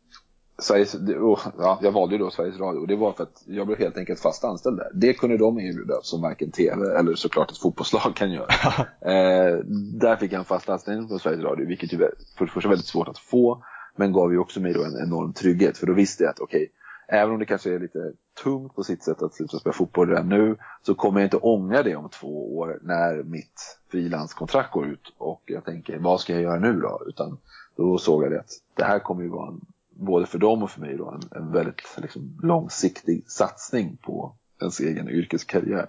jag valde ju då Sveriges Radio, och det var för att jag blev helt enkelt fast anställd där. Det kunde de erbjuda som varken tv eller såklart ett fotbollslag kan göra. Där fick jag en fast anställning på Sveriges Radio, vilket ju för det första väldigt svårt att få, men gav ju också mig då en enorm trygghet, för då visste jag att okej, även om det kanske är lite tungt på sitt sätt att sluta spela fotboll redan nu, så kommer jag inte ångra det om 2 år när mitt frilanskontrakt går ut och jag tänker, vad ska jag göra nu då? Utan då såg jag det att det här kommer ju vara både för dem och för mig då, en väldigt liksom, långsiktig satsning på ens egen yrkeskarriär.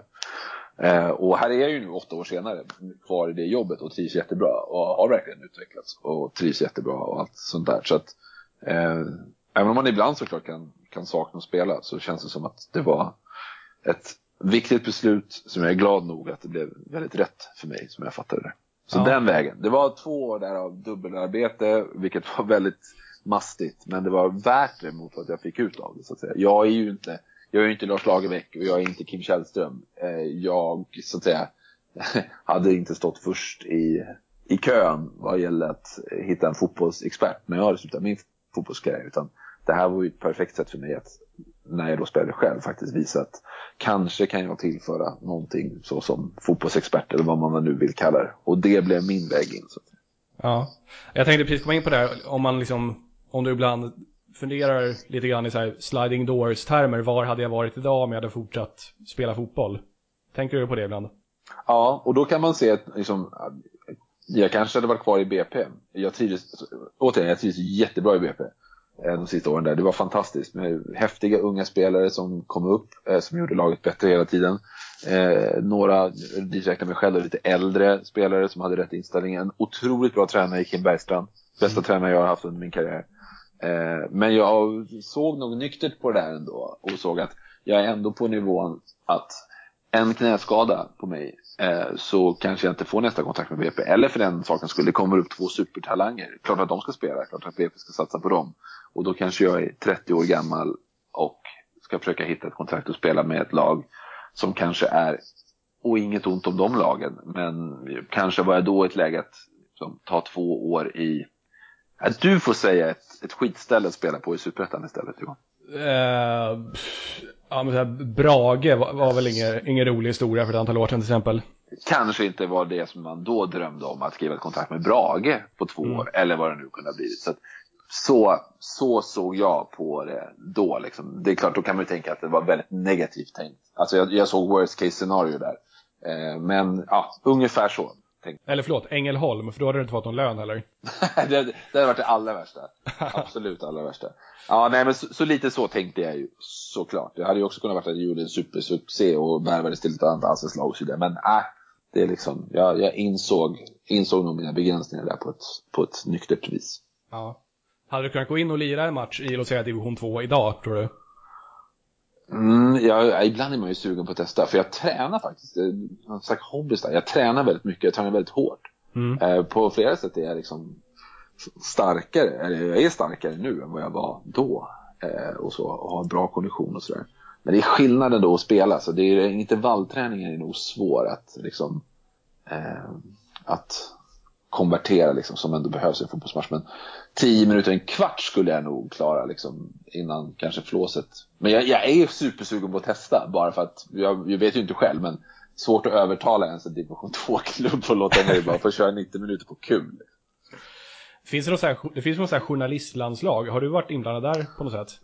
Och här är jag ju nu 8 år senare kvar i det jobbet och trivs jättebra och har verkligen utvecklats och trivs jättebra och allt sånt där. Så att även om man ibland såklart kan sakna att spela, så känns det som att det var ett viktigt beslut som jag är glad nog att det blev väldigt rätt för mig, som jag fattade det. Så den vägen. Det var 2 år där av dubbelarbete, vilket var väldigt mastigt, men det var värt det mot vad jag fick ut av det, så att säga. Jag är ju inte Lars Lagerbäck och jag är inte Kim Källström. Jag, så att säga, hade inte stått först i kön vad gäller att hitta en fotbollsexpert när jag hade slutat min fotbollskarriär, utan det här var ju ett perfekt sätt för mig att, när jag då spelade själv, faktiskt visa att kanske kan jag tillföra någonting så som fotbollsexpert eller vad man nu vill kalla det. Och det blev min väg in, så att säga. Ja, jag tänkte precis komma in på det här, om du ibland funderar lite grann i så här sliding doors termer, var hade jag varit idag om jag hade fortsatt spela fotboll? Tänker du på det ibland? Ja, och då kan man se att liksom, jag kanske hade varit kvar i BP. Jag trivdes jättebra i BP de sista åren där. Det var fantastiskt med häftiga unga spelare som kom upp, som gjorde laget bättre hela tiden. Några, dit räknar mig själv, lite äldre spelare som hade rätt inställning. En otroligt bra tränare i Kim Bergstrand. Bästa tränare jag har haft under min karriär. Men jag såg nog nyktert på det där ändå och såg att jag är ändå på nivån att en knäskada på mig, så kanske jag inte får nästa kontrakt med BP, eller för den saken skulle det komma upp 2 supertalanger. Klart att de ska spela, klart att BP ska satsa på dem, och då kanske jag är 30 år gammal och ska försöka hitta ett kontrakt och spela med ett lag som kanske är, och inget ont om de lagen, men kanske var jag då i ett läge att ta 2 år i att du får säga ett skitställe att spela på i Superettan istället, Johan. Ja, men så här, Brage var väl ingen rolig historia för ett antal år sedan till exempel. Kanske inte var det som man då drömde om, att skriva ett kontrakt med Brage på 2 år, eller vad det nu kunde bli. Så såg jag på det då liksom. Det är klart, då kan man ju tänka att det var väldigt negativt tänkt. Alltså jag såg worst case scenario där. Men ja, ungefär så. Eller förlåt, Ängelholm, för då hade du inte fått någon lön heller. det hade varit det allra värsta. Absolut allra värsta. Ja, nej, men så lite så tänkte jag ju, såklart. Det hade ju också kunnat vara att jag gjorde en supersuccé och värvades till ett annat allsvenslag och så där. Men det är liksom, jag insåg nog mina begränsningar där på ett nyktert vis. Ja. Hade du kunnat gå in och lira en match i, låt säga, division 2 idag, tror du? Ibland är man ju sugen på att testa. För jag tränar faktiskt, jag har sagt hobbys där. Jag tränar väldigt mycket, jag tränar väldigt hårt. På flera sätt är jag liksom starkare, eller jag är starkare nu än vad jag var då, och så, och har bra kondition och sådär. Men det är skillnaden då att spela, så det är intervallträningen är nog svår att liksom att konvertera liksom, som ändå behövs i en fotbollsmatch. Men 10 minuter, en kvart skulle jag nog klara liksom, innan kanske flåset. Men jag är supersugen på att testa, bara för att jag vet ju inte själv, men svårt att övertala ens en division 2-klubb och låta mig bara få köra 90 minuter på kul. Det finns något så här journalistlandslag. Har du varit inblandad där på något sätt?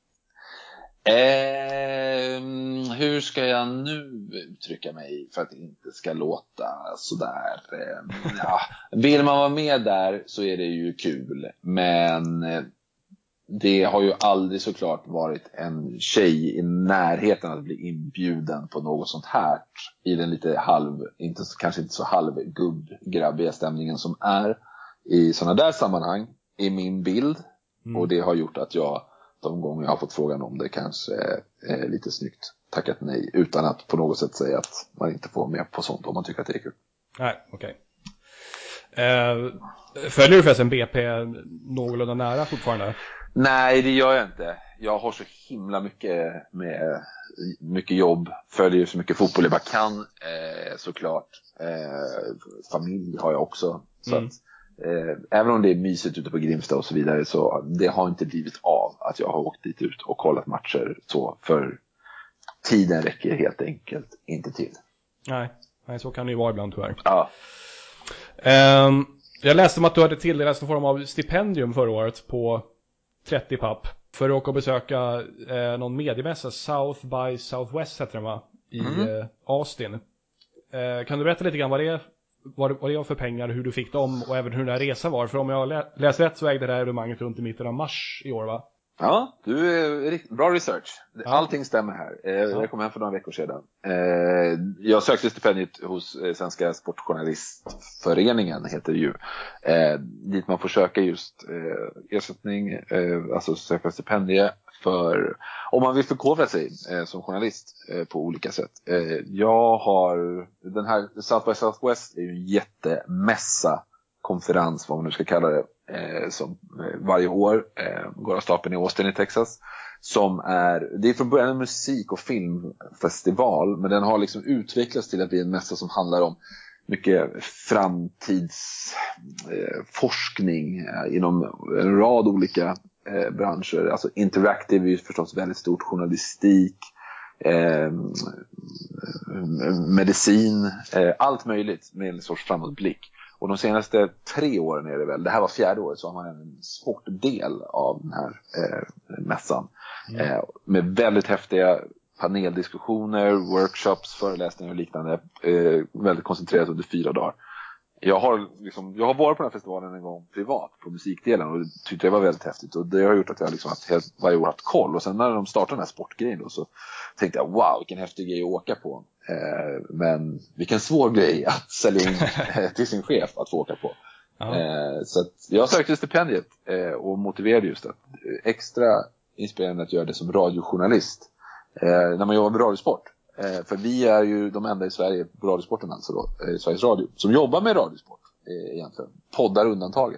Hur ska jag nu uttrycka mig för att det inte ska låta sådär? Vill man vara med där så är det ju kul, men det har ju aldrig såklart varit en tjej i närheten att bli inbjuden på något sånt här i den lite kanske inte så halvgubb-grabbiga stämningen som är i sådana där sammanhang, i min bild. Och det har gjort att de gånger jag har fått frågan om det kanske är lite snyggt tackat nej, utan att på något sätt säga att man inte får med på sånt om man tycker att det är kul. Nej, okej. Följer du förresten BP någorlunda nära fortfarande? Nej, det gör jag inte. Jag har så himla mycket jobb, följer så mycket fotboll jag bara kan, såklart. Familj har jag också, så att även om det är mysigt ute på Grimsta och så vidare, så det har inte blivit av att jag har åkt dit ut och kollat matcher så, för tiden räcker helt enkelt inte till. Nej, så kan det ju vara ibland tyvärr. Ja. Jag läste om att du hade tilldelats någon form av stipendium förra året på 30 papp. för att åka och besöka någon mediemässa, South by Southwest heter den, va? I Austin. Kan du berätta lite grann vad det var för pengar, hur du fick dem och även hur den här resan var? För om jag läst rätt så ägde det här evenemanget runt i mitten av mars i år, va? Ja, du är bra research. Allting stämmer här. Jag kom hem för några veckor sedan. Jag sökte stipendiet hos Svenska Sportjournalistföreningen, heter det ju. Dit man får söka just ersättning, alltså söka stipendie för, om man vill förkovra sig som journalist på olika sätt. Jag har, den här South by Southwest är ju en jättemässa, konferens, vad man nu ska kalla det, som varje år går av stapeln i Austin i Texas, som det är från början en musik- och filmfestival, men den har liksom utvecklats till att bli en mässa som handlar om mycket framtidsforskning inom en rad olika branscher. Alltså interactive är ju förstås väldigt stort, journalistik, medicin, allt möjligt med en sorts framåtblick. Och de senaste 3 åren är det väl, det här var 4:e året, så har man en sportdel av den här mässan. Med väldigt häftiga paneldiskussioner, workshops, föreläsningar och liknande. Väldigt koncentrerat under 4 dagar. Jag har varit på den här festivalen en gång privat på musikdelen och tyckte det var väldigt häftigt. Och det har gjort att jag liksom varje år haft koll. Och sen när de startade den här sportgrejen då, så tänkte jag, wow, vilken häftig grej att åka på. Men vilken svår grej att sälja in till sin chef att få åka på. Så att jag sökte stipendiet och motiverade just att extra inspirerande att göra det som radiojournalist när man jobbar med radiosport. För vi är ju de enda i Sverige på radiosporten, alltså då, Sveriges Radio, som jobbar med radiosport egentligen. Poddar undantaget.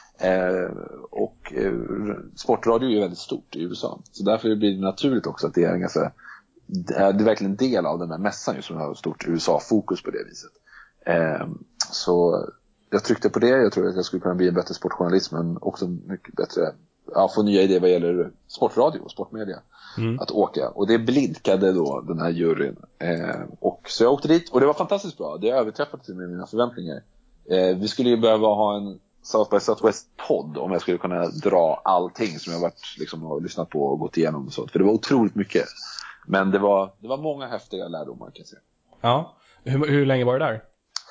Sportradio är ju väldigt stort i USA. Så därför blir det naturligt också att det är det är verkligen en del av den här mässan just, som har stort USA-fokus på det viset. Så jag tryckte på det. Jag tror att jag skulle kunna bli en bättre sportjournalist, men också mycket bättre få nya idéer vad gäller sportradio och sportmedia att åka. Och det blidkade då den här juryn. Och så jag åkte dit och det var fantastiskt bra. Det överträffade till mina förväntningar. Vi skulle ju behöva ha en South by Southwest-podd om jag skulle kunna dra allting som jag har lyssnat på och gått igenom och sånt. För det var otroligt mycket. Men det var många häftiga lärdomar, kan jag säga. Ja. Hur länge var det där?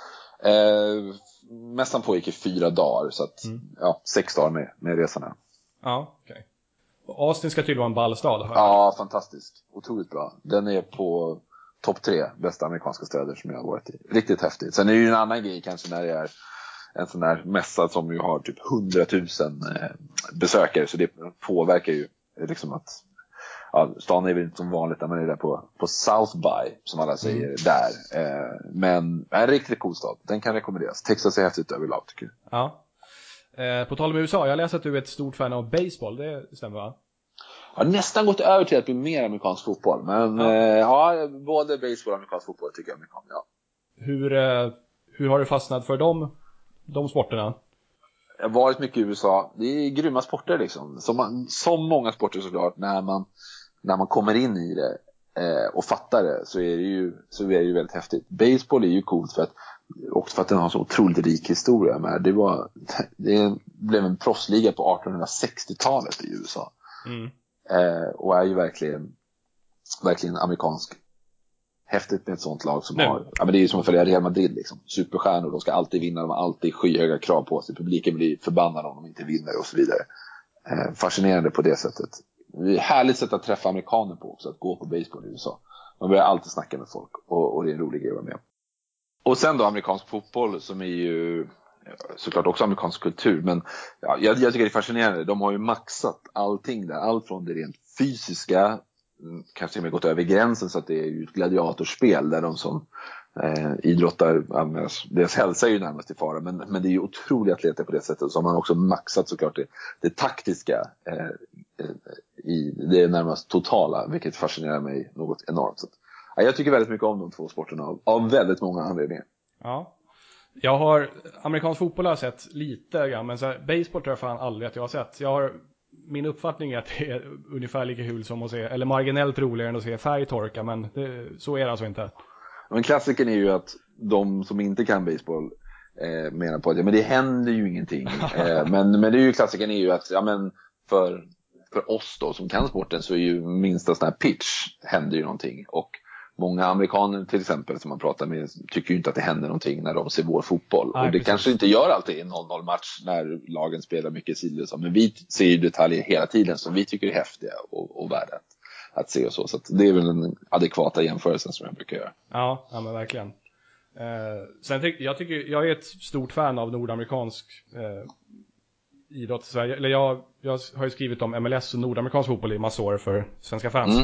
Mässan pågick i 4 dagar, så att 6 dagar med resorna. Ja, okej. Austin ska tydligen vara en ballstad. Ja, fantastisk. Otroligt bra. Den är på topp 3 bästa amerikanska städer som jag har varit i. Riktigt häftigt. Sen är det ju en annan grej kanske när det är en sån här mässa som ju har typ 100 000 besökare. Så det påverkar ju liksom att stan är väl inte som vanligt när man är där på South by, som alla säger där. Men en riktigt cool stad. Den kan rekommenderas. Texas är häftigt överlag, tycker jag. Ja. På tal om USA, jag läser att du är ett stort fan av baseball, det stämmer, va? Jag har nästan gått över till att bli mer amerikansk fotboll. Men både baseball och amerikansk fotboll tycker jag mycket om, ja. Hur har du fastnat för de sporterna? Jag har varit mycket i USA. Det är grymma sporter liksom. Som många sporter såklart, när man kommer in i det och fattar det, så är det ju väldigt häftigt. Baseball är ju coolt också för att den har så otroligt rik historia. Men det blev en proffsliga på 1860-talet i USA. Och är ju verkligen amerikansk. Häftigt med ett sånt lag som men det är ju som att följa Real Madrid liksom. Superstjärnor, de ska alltid vinna, de har alltid skyhöga krav på sig. Publiken blir förbannad om de inte vinner och så vidare. Fascinerande på det sättet. Det är ett härligt sätt att träffa amerikaner på också, att gå på baseball i USA. Man börjar alltid snacka med folk och det är en rolig grej att vara med. Och sen då amerikansk fotboll, som är ju såklart också amerikansk kultur, men jag tycker det är fascinerande. De har ju maxat allting där, allt från det rent fysiska, kanske till och med gått över gränsen, så att det är ju ett gladiatorspel där de som idrottar, deras hälsa är ju närmast i fara, men det är ju otroliga atleter på det sättet. Så har man också maxat såklart det taktiska i det närmast totala, vilket fascinerar mig något enormt. Så jag tycker väldigt mycket om de två sporterna av väldigt många anledningar. Ja. Amerikansk fotboll har jag sett lite grann, men baseball tror jag fan aldrig att jag har sett. Min uppfattning är att det är ungefär lika kul som att se, eller marginellt roligare än att se färgtorka, men så är det alltså inte. Men klassiken är ju att de som inte kan baseball menar på att men det händer ju ingenting. Men det är ju klassiken är ju att för för oss då som kan sporten så är ju minsta sån här pitch händer ju någonting. Och många amerikaner till exempel som man pratar med tycker ju inte att det händer någonting när de ser vår fotboll. Nej, och det precis. kanske inte gör alltid i en 0-0 match när lagen spelar mycket sidor. Men vi ser ju detaljer hela tiden som vi tycker är häftiga och värda att se och så. Så att det är väl den adekvata jämförelsen som jag brukar göra. Ja men verkligen. Jag är ett stort fan av nordamerikansk idrott i Sverige. Eller jag har ju skrivit om MLS och nordamerikansk fotboll i massa år för svenska fans.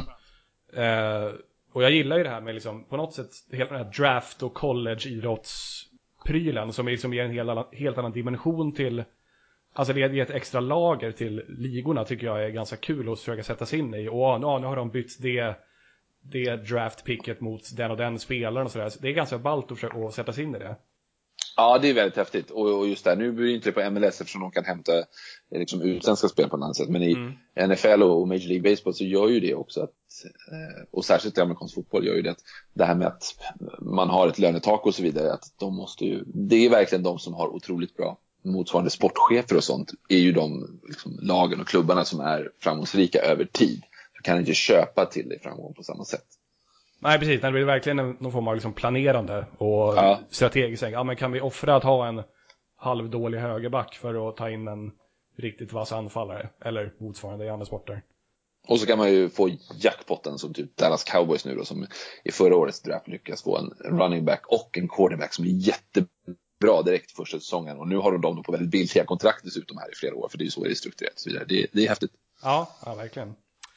Och jag gillar ju det här med liksom, på något sätt hela den här draft- och college-idrottsprylen som liksom ger en helt annan dimension till, alltså det ger ett extra lager till ligorna, tycker jag är ganska kul att försöka sätta sig in i. Och nu har de bytt det draft-picket mot den och den spelaren och sådär. Så det är ganska ballt att försöka sätta sig in i det. Ja, det är väldigt häftigt. Och just där, nu blir det inte på MLS eftersom de kan hämta liksom utländska spel på ett annat sätt. Men i NFL och Major League Baseball så gör ju det också att, och särskilt i amerikansk fotboll gör ju det att det här med att man har ett lönetak och så vidare, att de måste ju, det är verkligen de som har otroligt bra motsvarande sportchefer och sånt, är ju de liksom, lagen och klubbarna som är framgångsrika över tid. Du kan inte köpa till dig framgång på samma sätt. Nej, precis. Det blir verkligen någon form av liksom planerande och strategiskt. Ja, men kan vi offra att ha en halvdålig högerback för att ta in en riktigt vass anfallare eller motsvarande i andra sporter? Och så kan man ju få jackpotten som typ Dallas Cowboys nu då, som i förra årets draft lyckas få en running back och en quarterback som är jättebra direkt första säsongen. Och nu har de på väldigt billiga kontrakt dessutom här i flera år, för det är ju så det är strukturerat. Så vidare. Det är häftigt. Ja, verkligen.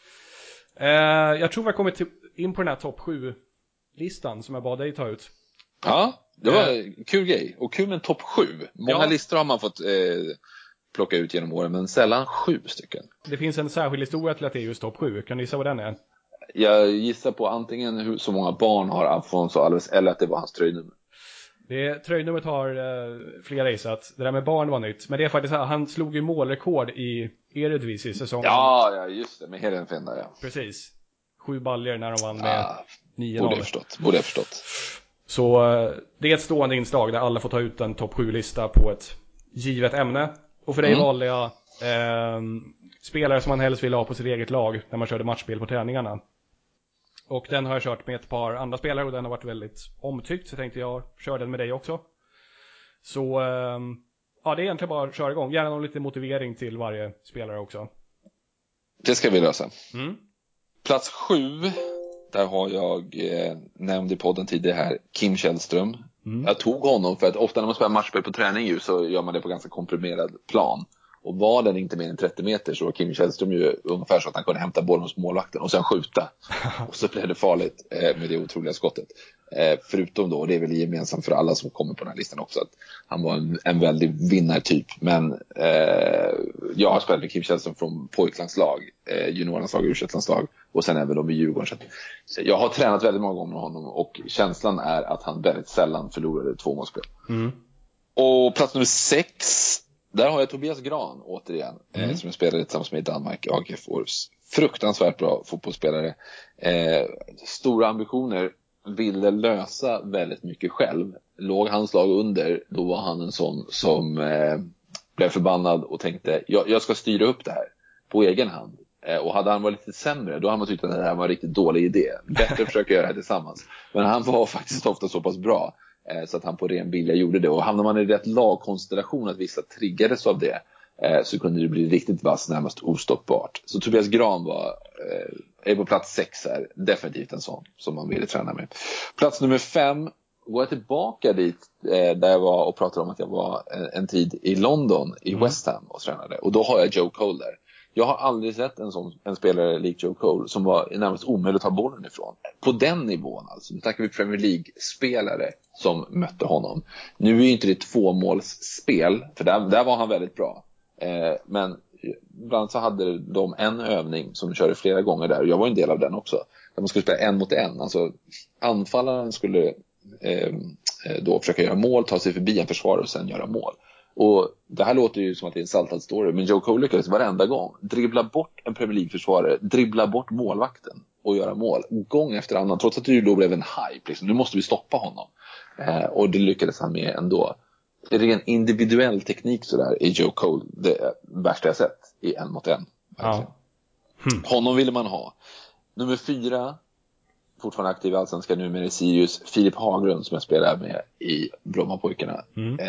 Jag tror vi har kommit in på den här topp 7-listan som jag bad dig ta ut. Ja, det var en kul grej. Och kul med en topp 7. Många listor har man fått plocka ut genom åren, men sällan 7 stycken. Det finns en särskild historia till att det är just topp 7. Kan du gissa vad den är? Jag gissar på antingen hur så många barn har Afonso Alves eller att det var hans tröjnummer. Tröjnumret har flera i, så att det där med barn var nytt. Men det är faktiskt han slog ju målrekord i Eredivisie säsongen. Ja, just det, med Heerenveen där, ja. Precis. 7 baljor när de vann med 9-0. Borde jag förstått. Så det är ett stående inslag där alla får ta ut en topp 7-lista på ett givet ämne. Och för dig valde jag spelare som man helst vill ha på sitt eget lag när man körde matchspel på träningarna. Och den har jag kört med ett par andra spelare och den har varit väldigt omtyckt, så tänkte jag köra den med dig också. Så det är egentligen bara att köra igång. Gärna någon lite motivering till varje spelare också. Det ska vi lösa. Plats 7, där har jag nämnt i podden tidigare här, Kim Källström. Jag tog honom för att ofta när man spelar matchspel på träning så gör man det på ganska komprimerad plan. Och var den inte mer än 30 meter så var Kim Källström ju ungefär så att han kunde hämta bollen hos målvakten och sen skjuta. Och så blev det farligt med det otroliga skottet. Förutom då, och det är väl gemensamt för alla som kommer på den här listan också, att han var en väldigt vinnartyp. Men jag har spelat med Kim Källström från pojklandslag, juniorlandslag och U21-landslag och sen även de i Djurgården. Så jag har tränat väldigt många gånger med honom och känslan är att han väldigt sällan förlorade 2-målsspel. Och plats nummer 6, där har jag Tobias Gran återigen, som jag spelade tillsammans med i Danmark, AGF Århus. Fruktansvärt bra fotbollsspelare. Stora ambitioner, ville lösa väldigt mycket själv. Låg hans lag under, då var han en sån som blev förbannad och tänkte, jag ska styra upp det här på egen hand. Och hade han varit lite sämre, då hade man tyckt att det här var en riktigt dålig idé. Bättre att försöka göra det här tillsammans. Men han var faktiskt ofta så pass bra så att han på ren vilja gjorde det. Och hamnar man i rätt lagkonstellation, att vissa triggades av det, så kunde det bli riktigt vass, närmast ostoppbart. Så Tobias Gran är på plats 6 här. Definitivt en sån som man ville träna med. Plats nummer 5, går jag tillbaka dit där jag var och pratade om att jag var en tid i London i West Ham och tränade. Och då har jag Joe Cole där. Jag har aldrig sett en spelare lik Joe Cole som var närmast omöjligt att ta bollen ifrån. På den nivån alltså. Nu tackar vi Premier League-spelare som mötte honom. Nu är ju inte det 2-målsspel, för där var han väldigt bra. Men ibland så hade de en övning som körde flera gånger där. Och jag var en del av den också. Där man skulle spela 1 mot 1. Alltså anfallaren skulle då försöka göra mål, ta sig förbi en försvarare och sen göra mål. Och det här låter ju som att det är en saltad story, men Joe Cole lyckades varenda gång dribbla bort en Premier League-försvarare, dribbla bort målvakten och göra mål gång efter annan, trots att det ju då blev en hype liksom. Nu måste vi stoppa honom, och det lyckades han med ändå. Ren individuell teknik sådär är Joe Cole det värsta jag sett i 1 mot 1. Ja. Honom ville man ha. Nummer 4, fortfarande aktiv i Allsvenskan, numera i Sirius, Filip Haglund, som jag spelar med i Brommapojkarna.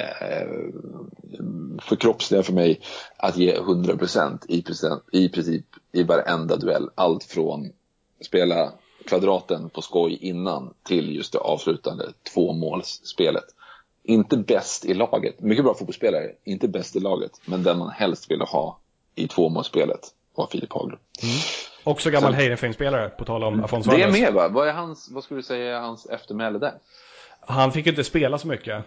Förkroppsliga för mig att ge 100% i princip i varenda duell. Allt från spela kvadraten på skoj innan till just det avslutande 2-målsspelet. Inte bäst i laget, mycket bra fotbollsspelare, inte bäst i laget, men den man helst ville ha i 2-målsspelet var Filip Haglund. Också gammal Heidenfeld-spelare, på tal om Afonso Alves. Det är med, va? Vad skulle du säga är hans eftermäle där? Han fick inte spela så mycket.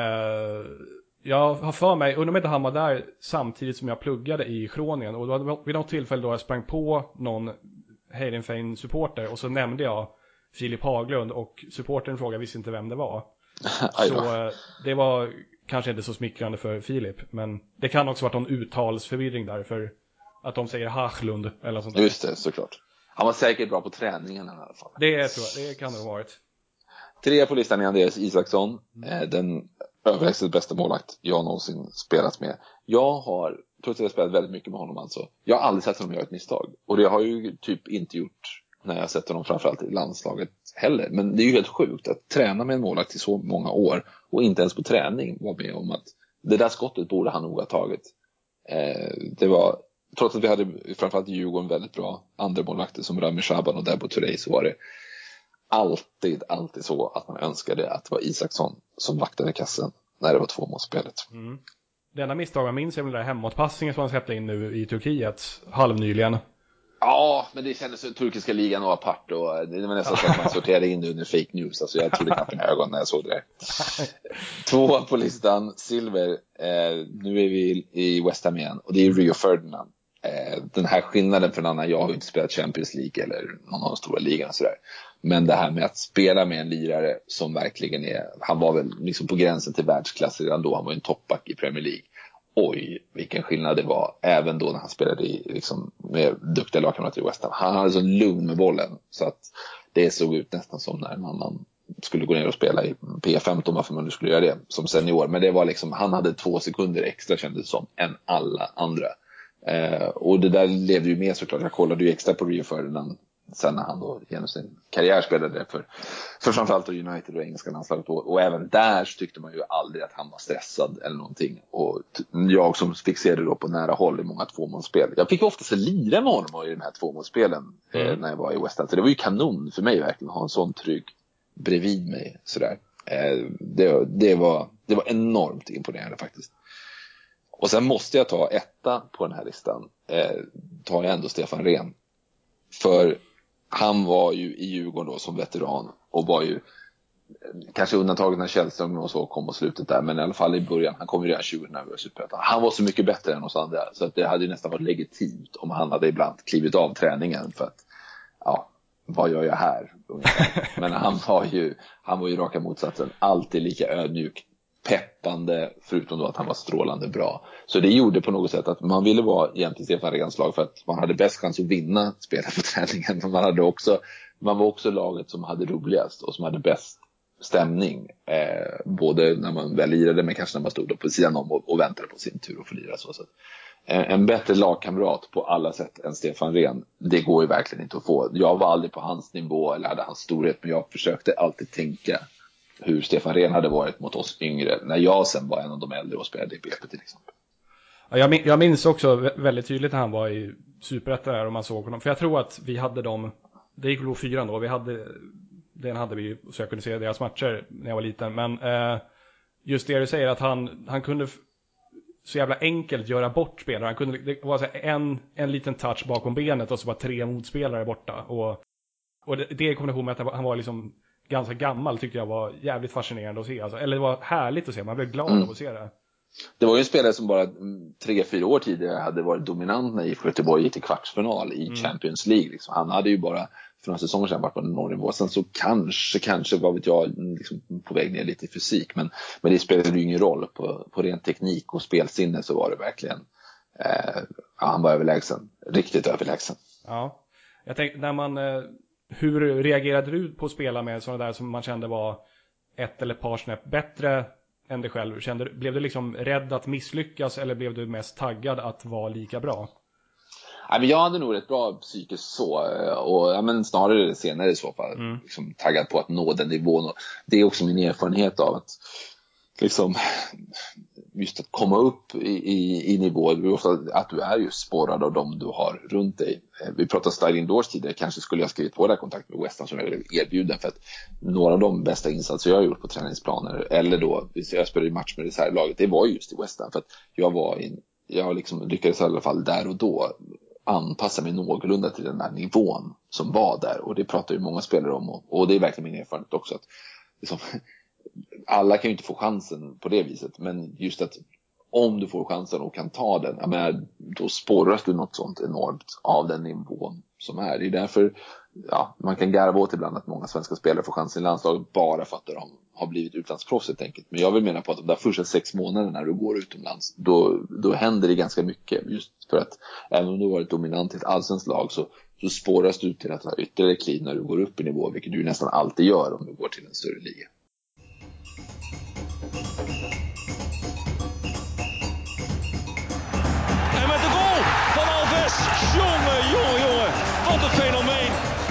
Jag har för mig, undrar om inte han var där samtidigt som jag pluggade i Groningen. Och då var vid något tillfälle då jag sprang på någon Heidenfeld-supporter och så nämnde jag Filip Haglund och supportern frågade, visste inte vem det var. Så det var kanske inte så smickrande för Filip, men det kan också varit någon uttalsförvirring där, för att de säger Haglund eller sånt där. Just det, såklart. Han var säkert bra på träningen i alla fall. Det tror jag, det kan det ha varit. 3 på listan är Andreas Isaksson, den överlägset bästa målvakt jag någonsin spelat med. Jag har, trots att jag spelat väldigt mycket med honom alltså, jag har aldrig sett honom göra ett misstag. Och det har jag ju typ inte gjort när jag sett honom framförallt i landslaget heller. Men det är ju helt sjukt att träna med en målvakt i så många år och inte ens på träning var med om att det där skottet borde han nog ha tagit. Det var, trots att vi hade framförallt i Djurgården väldigt bra andra målvakter som Rami Shaban och Debo Touré, så var det alltid så att man önskade att det var Isaksson som vaktade kassen när det var 2-målsspelet. Det enda misstag man minns är väl den där hemåtpassningen som han släppte in nu i Turkiet halvnyligen. Ja, men det kändes som turkiska ligan och apart, och det var nästan så att man sorterade in under fake news. Alltså jag trodde knappt i ögonen när jag såg det där. 2 på listan, Silver. Nu är vi i West Ham igen, och det är Rio Ferdinand. Den här skillnaden för en annan, jag har ju inte spelat Champions League eller någon av de stora ligorna sådär. Men det här med att spela med en lirare som verkligen han var väl liksom på gränsen till världsklass redan då, han var en toppback i Premier League. Oj, vilken skillnad det var, även då när han spelade liksom, med duktiga lagkamrater i West Ham. Han hade så lugn med bollen, så att det såg ut nästan som när man skulle gå ner och spela i P15, varför man nu skulle göra det som senior. Men det var liksom, han hade 2 sekunder extra, kändes som, än alla andra. Och det där levde ju med såklart. Jag kollade ju extra på Rio Ferdinand sen när han då genom sin karriär spelade för framförallt United och engelska landslaget, och även där så tyckte man ju aldrig att han var stressad eller någonting. Och jag som fick se det då på nära håll i många 2-målsspel, jag fick ofta så lira med honom i de här 2-målsspelen när jag var i West Ham, så det var ju kanon för mig verkligen att ha en sån trygg bredvid mig sådär. Det var enormt imponerande faktiskt. Och sen måste jag ta 1 på den här listan, tar jag ändå Stefan Rehn. För han var ju i Djurgården då som veteran och var ju kanske undantaget när Källström och så kom på slutet där, men i alla fall i början, han kom ju redan 20 när vi var Superettan. Han var så mycket bättre än oss andra, så att det hade ju nästan varit legitimt om han hade ibland klivit av träningen för att, ja, vad gör jag här? Men han var ju raka motsatsen, alltid lika ödmjuk, peppande, förutom då att han var strålande bra. Så det gjorde på något sätt att man ville vara egentligen Stefan Rehns lag, för att man hade bäst chans att vinna spelet på träningen, men man var också laget som hade roligast och som hade bäst stämning, både när man väl lirade, men kanske när man stod på sidan om och väntade på sin tur att få lira. Så en bättre lagkamrat på alla sätt än Stefan Rehn, det går ju verkligen inte att få. Jag var aldrig på hans nivå eller hade hans storhet, men jag försökte alltid tänka hur Stefan Rehn hade varit mot oss yngre när jag sen var en av de äldre och spelade i BP till exempel. Jag minns också väldigt tydligt när han var i Superettan där och man såg honom. För jag tror att vi hade det gick nog 4 då, den hade vi, så jag kunde se deras matcher när jag var liten. Men just det du säger, att han kunde så jävla enkelt göra bort spelare. Det var så en liten touch bakom benet och så var 3 motspelare borta. Och det i kombination med att han var liksom ganska gammal tyckte jag var jävligt fascinerande att se. Alltså, eller det var härligt att se, man blev glad av att se det. Det var ju en spelare som bara 3-4 år tidigare hade varit dominant när IFK Göteborg gick till kvartsfinal i Champions League. Liksom. Han hade ju bara för några säsonger sedan varit på någon nivå. Sen så kanske vad vet jag, liksom på väg ner lite i fysik. Men det spelade ju ingen roll. På ren teknik och spelsinne så var det verkligen han var överlägsen. Riktigt överlägsen. Ja, jag tänkte hur reagerade du på att spela med sådana där som man kände var ett eller ett par snäpp bättre än dig själv? Blev du liksom rädd att misslyckas eller blev du mest taggad att vara lika bra? Nej, men jag hade nog ett bra psyke så, och ja, men snarare senare i så fall liksom, taggad på att nå den nivån. Och det är också min erfarenhet av att liksom, just att komma upp i nivå, det är ofta att du är just spårad av dem du har runt dig. Vi pratade sliding doors tidigare, kanske skulle jag skrivit på där kontakt med West Ham som jag blev erbjuden, för att några av de bästa insatser jag har gjort på träningsplaner, eller då jag spelade i match med reservlaget, det var just i West Ham, för att jag liksom lyckades i alla fall där och då anpassa mig någorlunda till den här nivån som var där, och det pratar ju många spelare om, och det är verkligen min erfarenhet också, att liksom, alla kan ju inte få chansen på det viset, men just att om du får chansen och kan ta den, jag menar, då spåras du något sånt enormt av den nivån som är. Det är därför man kan garva åt ibland att många svenska spelare får chansen i landslaget bara för att de har blivit utlandsproffs helt enkelt. Men jag vill mena på att de där första 6 månaderna när du går utomlands, då händer det ganska mycket, just för att även om du har varit dominant i ett allsvenskt lag, så spåras du till att ha ytterligare kliv när du går upp i nivå, vilket du nästan alltid gör om du går till en större liga. En met de goal van Alves. Jongen. Wat een fenomeen.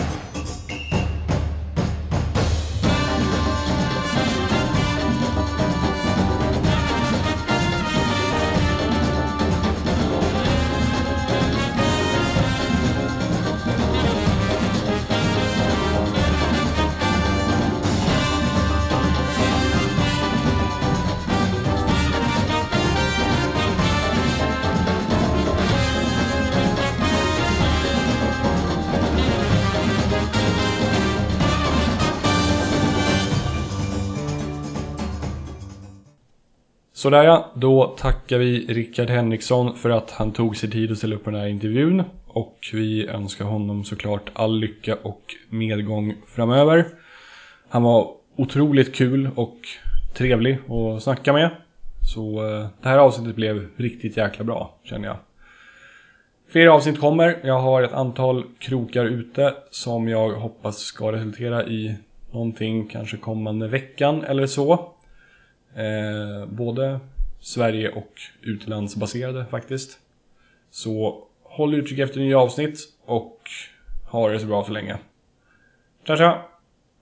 Sådär ja, då tackar vi Rickard Henriksson för att han tog sig tid att ställa upp på den här intervjun. Och vi önskar honom såklart all lycka och medgång framöver. Han var otroligt kul och trevlig att snacka med. Så det här avsnittet blev riktigt jäkla bra, känner jag. Fler avsnitt kommer. Jag har ett antal krokar ute som jag hoppas ska resultera i någonting kanske kommande veckan eller så. Både Sverige och utlandsbaserade faktiskt. Så håll utkik efter nya avsnitt och ha det så bra så länge. Tja tja!